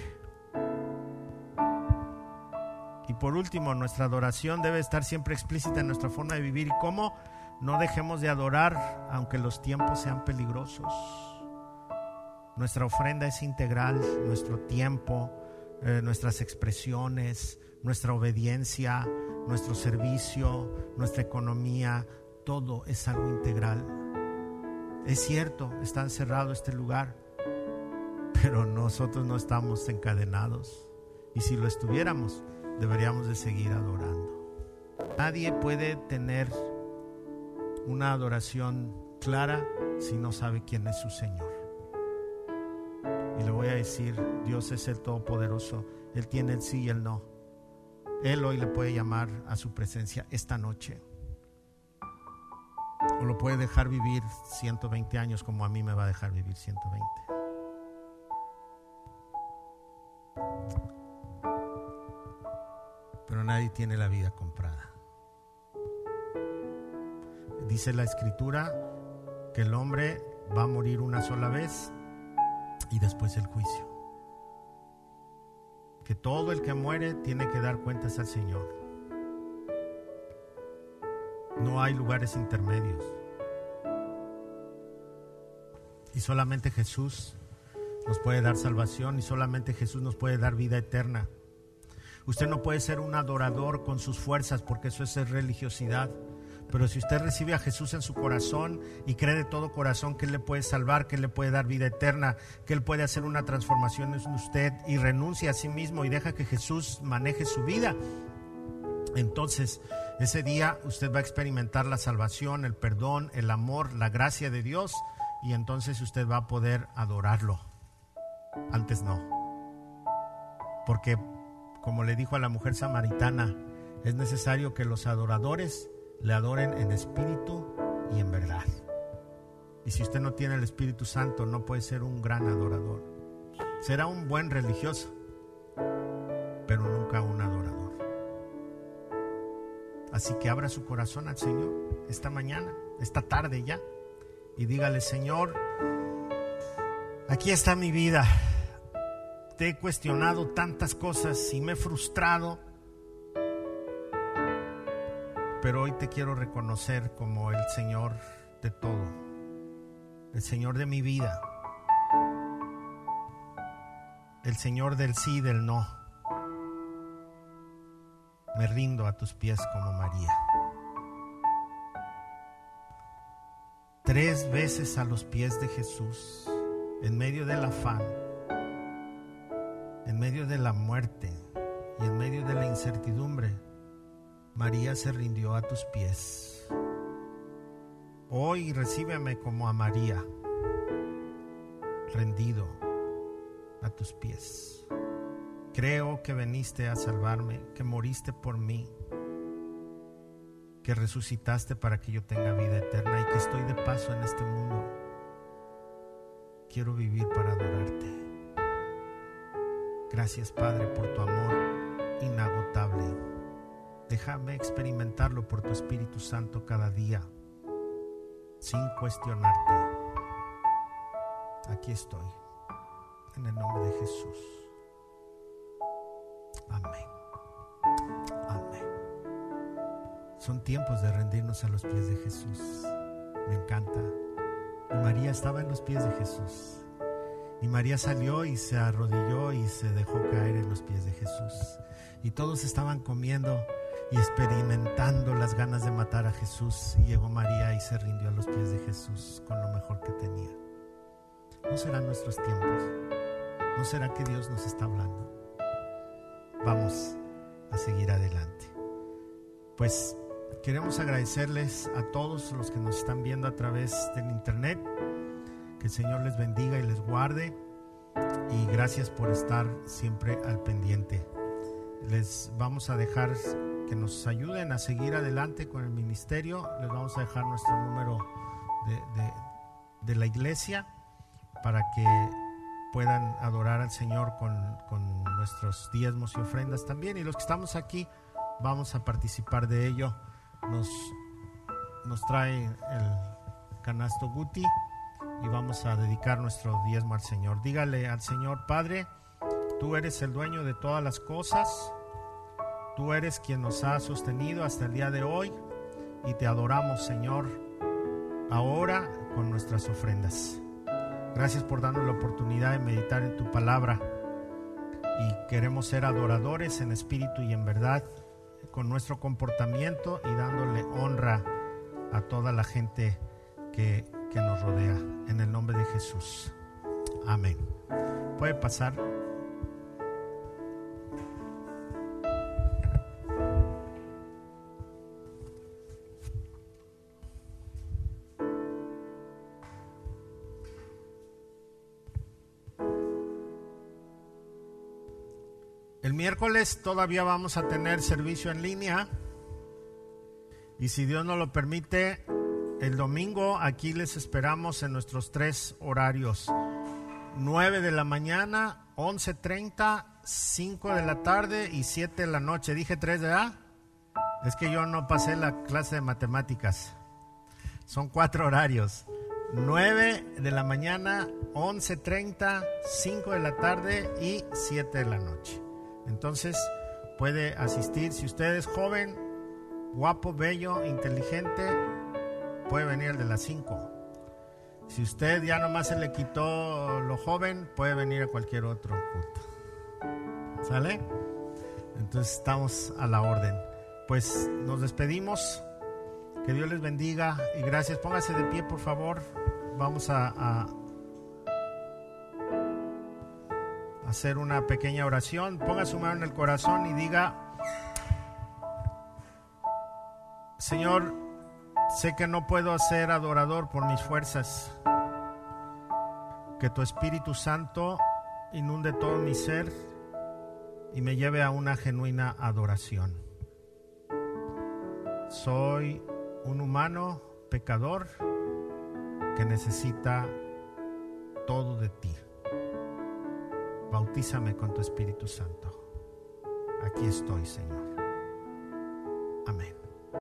Y por último, nuestra adoración debe estar siempre explícita en nuestra forma de vivir. ¿Y cómo? No dejemos de adorar aunque los tiempos sean peligrosos. Nuestra ofrenda es integral, nuestro tiempo, eh, nuestras expresiones, nuestra obediencia, nuestro servicio, nuestra economía, todo es algo integral. Es cierto, está encerrado este lugar, pero nosotros no estamos encadenados. Y si lo estuviéramos, deberíamos de seguir adorando. Nadie puede tener una adoración clara si no sabe quién es su Señor. Y le voy a decir, Dios es el Todopoderoso. Él tiene el sí y el no. Él hoy le puede llamar a su presencia esta noche. O lo puede dejar vivir ciento veinte años como a mí me va a dejar vivir ciento veinte. Pero nadie tiene la vida comprada. Dice la Escritura que el hombre va a morir una sola vez y después el juicio. Que todo el que muere tiene que dar cuentas al Señor. No hay lugares intermedios. Y solamente Jesús nos puede dar salvación y solamente Jesús nos puede dar vida eterna. Usted no puede ser un adorador con sus fuerzas porque eso es religiosidad. Pero si usted recibe a Jesús en su corazón y cree de todo corazón que Él le puede salvar, que Él le puede dar vida eterna, que Él puede hacer una transformación en usted y renuncia a sí mismo y deja que Jesús maneje su vida, entonces ese día usted va a experimentar la salvación, el perdón, el amor, la gracia de Dios, y entonces usted va a poder adorarlo. Antes no. Porque, como le dijo a la mujer samaritana, es necesario que los adoradores le adoren en espíritu y en verdad. Y si usted no tiene el Espíritu Santo, no puede ser un gran adorador. Será un buen religioso, pero nunca un adorador. Así que abra su corazón al Señor esta mañana, esta tarde ya, y dígale: Señor, aquí está mi vida. Te he cuestionado tantas cosas y me he frustrado, pero hoy te quiero reconocer como el Señor de todo, el Señor de mi vida, el Señor del sí y del no. Me rindo a tus pies como María. Tres veces a los pies de Jesús, en medio del afán, en medio de la muerte y en medio de la incertidumbre, María se rindió a tus pies. Hoy recíbeme como a María, rendido a tus pies. Creo que viniste a salvarme, que moriste por mí, que resucitaste para que yo tenga vida eterna y que estoy de paso en este mundo. Quiero vivir para adorarte. Gracias, Padre, por tu amor inagotable. Déjame experimentarlo por tu Espíritu Santo cada día, sin cuestionarte. Aquí estoy, en el nombre de Jesús. Amén. Amén. Son tiempos de rendirnos a los pies de Jesús. Me encanta. Y María estaba en los pies de Jesús. Y María salió y se arrodilló y se dejó caer en los pies de Jesús. Y todos estaban comiendo y experimentando las ganas de matar a Jesús. Y llegó María y se rindió a los pies de Jesús con lo mejor que tenía. ¿No serán nuestros tiempos? ¿No será que Dios nos está hablando? Vamos a seguir adelante. Pues queremos agradecerles a todos los que nos están viendo a través del internet. Que el Señor les bendiga y les guarde. Y gracias por estar siempre al pendiente. Les vamos a dejar que nos ayuden a seguir adelante con el ministerio. Les vamos a dejar nuestro número de, de, de la iglesia para que puedan adorar al Señor con, con nuestros diezmos y ofrendas también. Y los que estamos aquí vamos a participar de ello. Nos, nos trae el canasto Guti y vamos a dedicar nuestro diezmo al Señor. Dígale al Señor: Padre, tú eres el dueño de todas las cosas. Tú eres quien nos ha sostenido hasta el día de hoy y te adoramos, Señor, ahora con nuestras ofrendas. Gracias por darnos la oportunidad de meditar en tu palabra y queremos ser adoradores en espíritu y en verdad con nuestro comportamiento y dándole honra a toda la gente que, que nos rodea. En el nombre de Jesús. Amén. Puede pasar. El miércoles todavía vamos a tener servicio en línea y si Dios nos lo permite, el domingo aquí les esperamos en nuestros tres horarios: nueve de la mañana, once treinta, cinco de la tarde y siete de la noche. Dije tres, ¿verdad? Es que yo no pasé la clase de matemáticas. Son cuatro horarios: nueve de la mañana, once treinta, cinco de la tarde y siete de la noche. Entonces puede asistir. Si usted es joven, guapo, bello, inteligente, puede venir el de las cinco. Si usted ya nomás se le quitó lo joven, puede venir a cualquier otro culto. ¿Sale? Entonces estamos a la orden. Pues nos despedimos. Que Dios les bendiga y gracias. Póngase de pie, por favor. Vamos a, a hacer una pequeña oración. Ponga su mano en el corazón y diga: Señor, sé que no puedo ser adorador por mis fuerzas. Que tu Espíritu Santo inunde todo mi ser y me lleve a una genuina adoración. Soy un humano pecador que necesita todo de ti. Bautízame con tu Espíritu Santo. Aquí estoy, Señor. Amén.